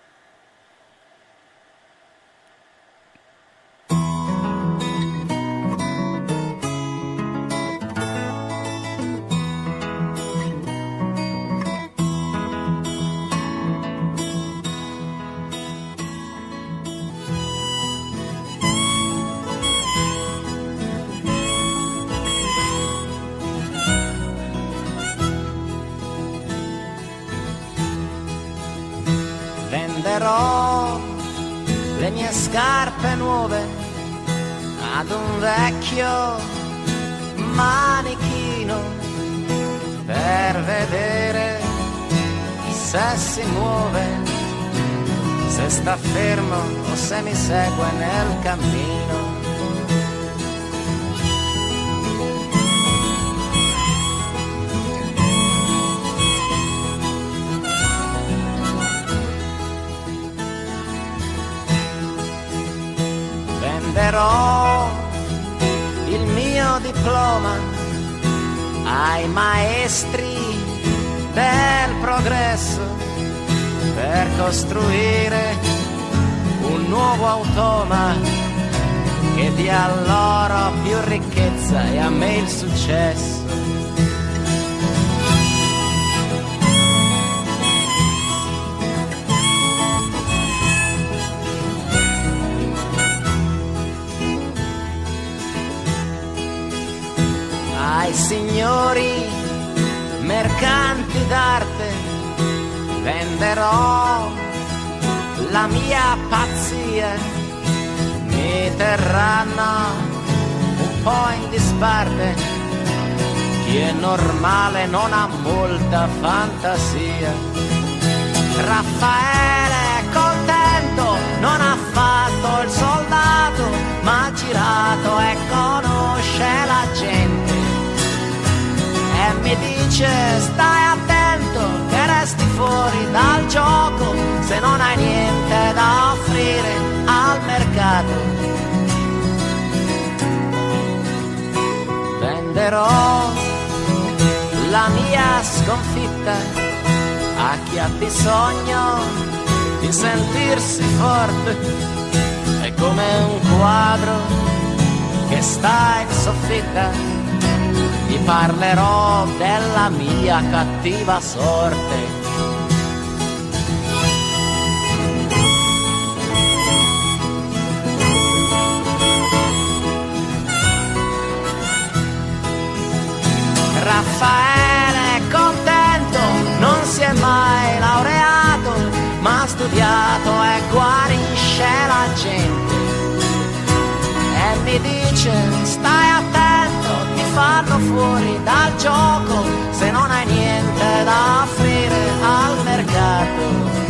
Venderò le mie scarpe nuove ad un vecchio manichino per vedere se si muove, se sta fermo o se mi segue nel cammino. Venderò il mio diploma ai maestri del progresso per costruire un nuovo automa che dia loro più ricchezza e a me il successo. Ai signori mercanti d'arte venderò la mia pazzia, mi terranno un po' in disparte, chi è normale non ha molta fantasia. Raffaele è contento, non ha fatto il soldato, ma ha girato e conosce la gente. E mi dice stai attento che resti fuori dal gioco se non hai niente da offrire al mercato. Venderò la mia sconfitta a chi ha bisogno di sentirsi forte. È come un quadro che sta in soffitta, ti parlerò della mia cattiva sorte. Raffaele è contento, non si è mai laureato, ma ha studiato e guarisce la gente. E mi dice stai attento, ti fanno fuori dal gioco se non hai niente da offrire al mercato.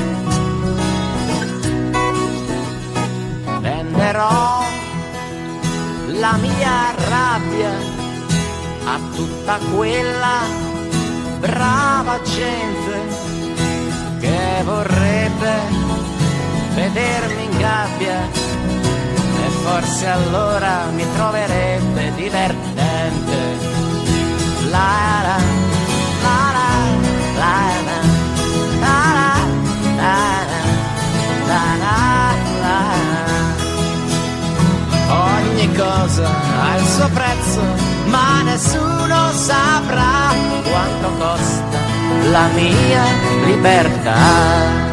Venderò la mia rabbia a tutta quella brava gente che vorrebbe vedermi in gabbia, e forse allora mi troverebbe divertente. La la la la la la la la la la la. Ogni cosa ha il suo prezzo, ma nessuno saprà quanto costa la mia libertà.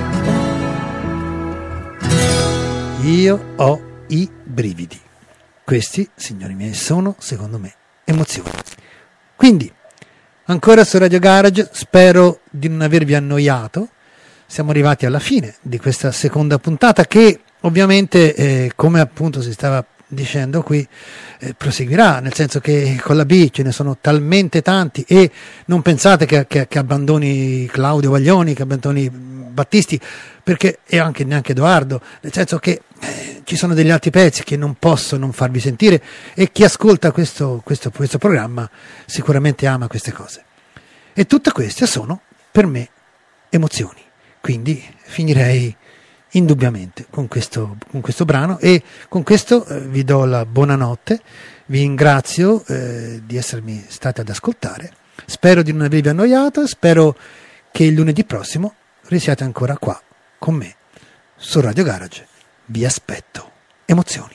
Io ho i brividi. Questi, signori miei, sono, secondo me, emozioni. Quindi, ancora su Radio Garage, spero di non avervi annoiato. Siamo arrivati alla fine di questa seconda puntata che, ovviamente, eh, come appunto si stava dicendo qui, eh, proseguirà, nel senso che con la B ce ne sono talmente tanti, e non pensate che, che, che abbandoni Claudio Vaglioni, che abbandoni Battisti, perché, e anche neanche Edoardo, nel senso che eh, ci sono degli altri pezzi che non posso non farvi sentire, e chi ascolta questo, questo, questo programma sicuramente ama queste cose, e tutte queste sono per me emozioni. Quindi finirei indubbiamente con questo, con questo brano, e con questo eh, vi do la buonanotte, vi ringrazio eh, di essermi stati ad ascoltare, Spero di non avervi annoiato, spero che il lunedì prossimo risiate ancora qua con me su Radio Garage. Vi aspetto. Emozioni.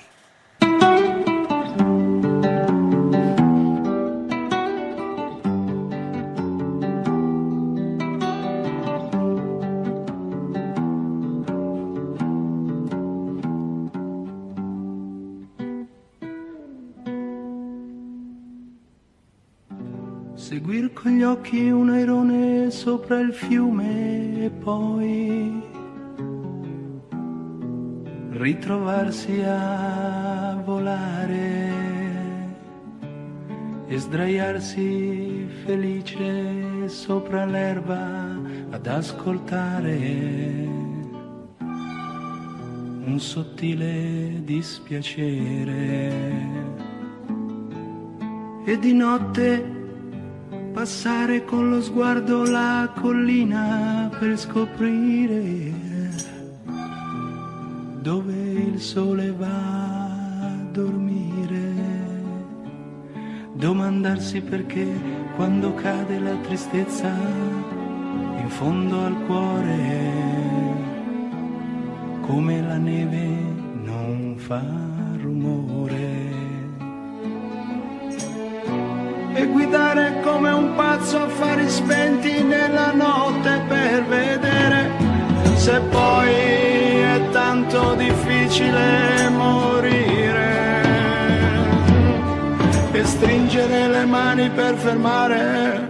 Seguir con gli occhi un airone sopra il fiume e poi ritrovarsi a volare e sdraiarsi felice sopra l'erba ad ascoltare un sottile dispiacere e di notte passare con lo sguardo la collina per scoprire dove il sole va a dormire, domandarsi perché quando cade la tristezza in fondo al cuore, come la neve non fa rumore. E guidare come un pazzo affari spenti nella notte per vedere se poi è tanto difficile morire e stringere le mani per fermare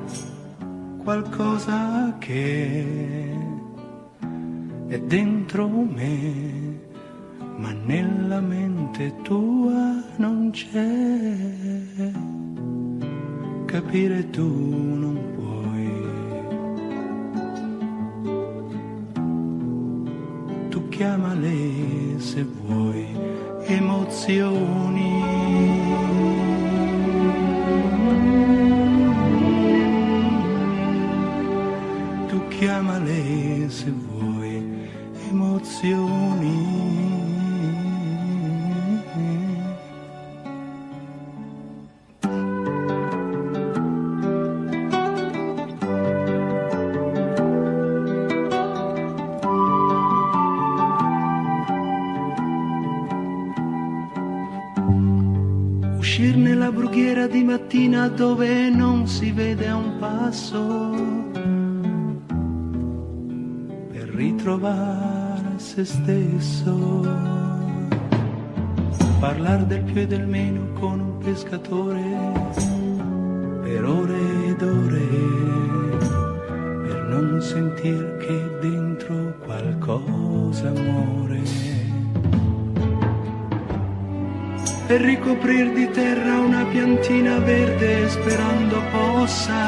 qualcosa che è dentro me, ma nella mente tua non c'è. Capire tu non puoi, tu chiamale se vuoi emozioni, tu chiamale se vuoi emozioni. Uscir nella brughiera di mattina dove non si vede a un passo per ritrovare se stesso, parlar del più e del meno con un pescatore per ore ed ore, per non sentir che dentro qualcosa muore. E ricoprir di terra una piantina verde sperando possa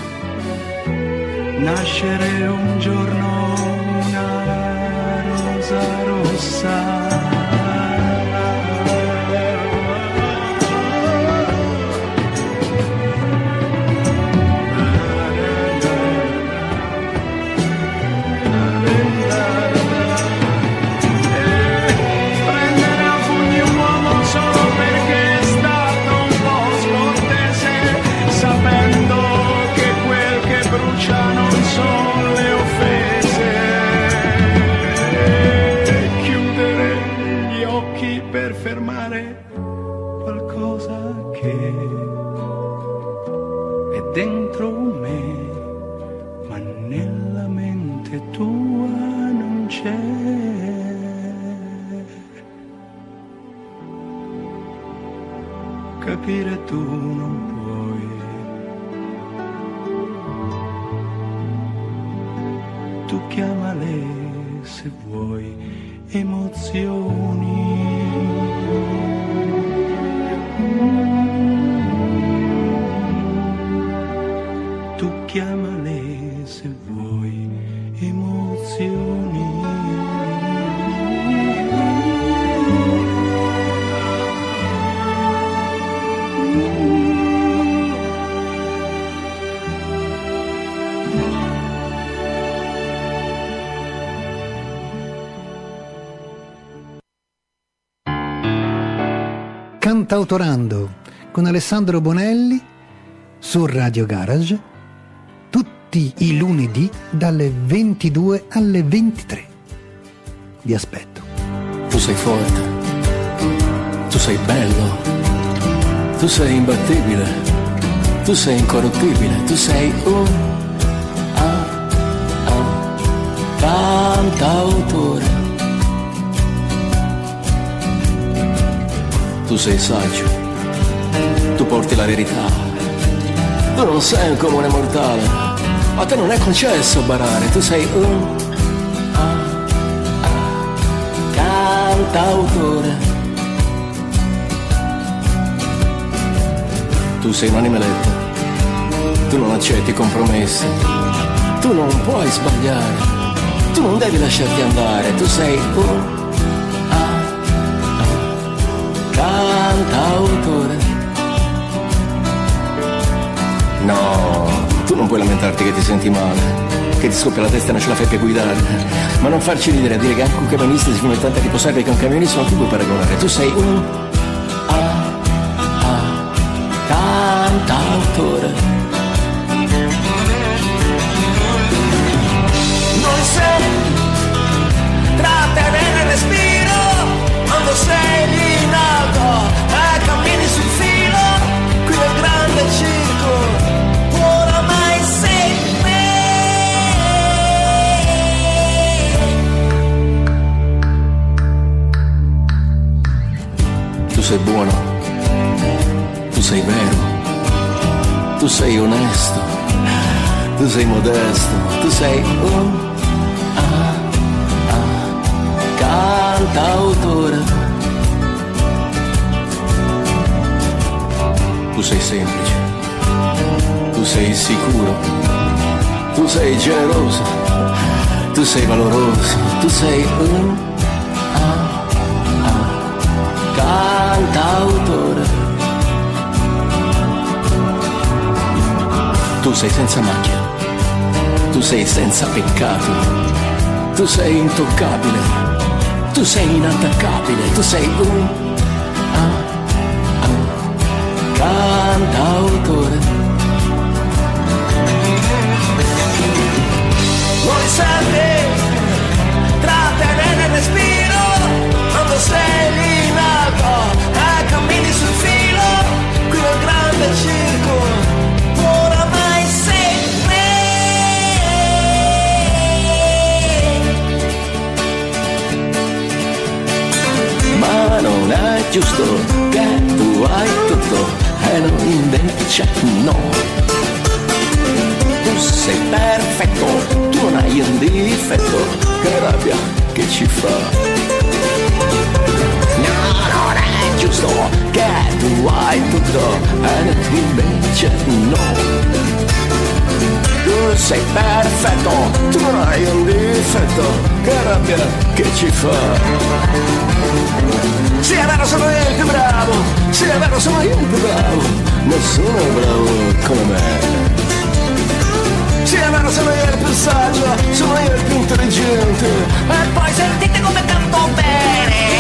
nascere un giorno una rosa rossa. Qualcosa che è dentro me, ma nella mente tua non c'è. Capire tu non puoi, tu chiamale se vuoi emozioni. Tu chiamale se vuoi emozioni. Cantautorando con Alessandro Bonelli su Radio Garage tutti i lunedì dalle ventidue alle ventitré. Vi aspetto. Tu sei forte, tu sei bello, tu sei imbattibile, tu sei incorruttibile, tu sei un ah, ah, cantautore. Tu sei saggio, tu porti la verità, tu non sei un comune mortale, a te non è concesso barare, tu sei un ah, cantautore. Tu sei un'anima eletta, tu non accetti compromessi, tu non puoi sbagliare, tu non devi lasciarti andare, tu sei un ah, ah, cantautore. No, tu non puoi lamentarti che ti senti male, che ti scoppia la testa e non ce la fai più guidare, ma non farci ridere a dire che anche un camionista si fume tanta tipo serve che un camionista non ti puoi paragonare. Tu sei un ah, ah, cantautore. Non sei trattenere il respiro quando sei in alto e cammini sul filo, qui nel grande circo. Oramai sei Tu sei buono, tu sei vero, tu sei onesto, tu sei modesto, tu sei un ah, ah, cantautore. Tu sei semplice, tu sei sicuro, tu sei generoso, tu sei valoroso, tu sei un ah, ah, cantautore. Tu sei senza macchia, tu sei senza peccato, tu sei intoccabile, tu sei inattaccabile, tu sei un ah, ah, cantautore. non serve trattenere il respiro quando sei lì in alto e cammini sul filo, qui nel grande circo. Oramai sei me. Ma non è giusto che tu hai tutto e non invece no. Tu sei perfetto, tu non hai un difetto, che rabbia che ci fa. No, non è giusto che tu hai tutto e invece no. Tu sei perfetto, tu non hai un difetto, che rabbia che ci fa. Sì, è vero, sono io il più bravo, sì, è vero, sono io il più bravo, nessuno è bravo come me. Sì, è vero, sono io il più saggio, sono io il più intelligente. E poi sentite come canto bene.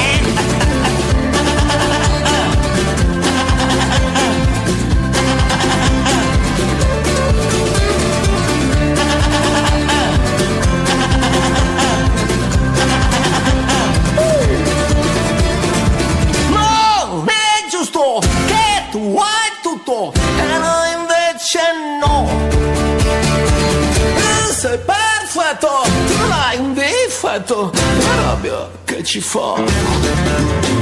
Non è giusto che tu hai tutto e noi invece no. Sei perfetto, tu non hai un difetto, che rabbia che ci fa.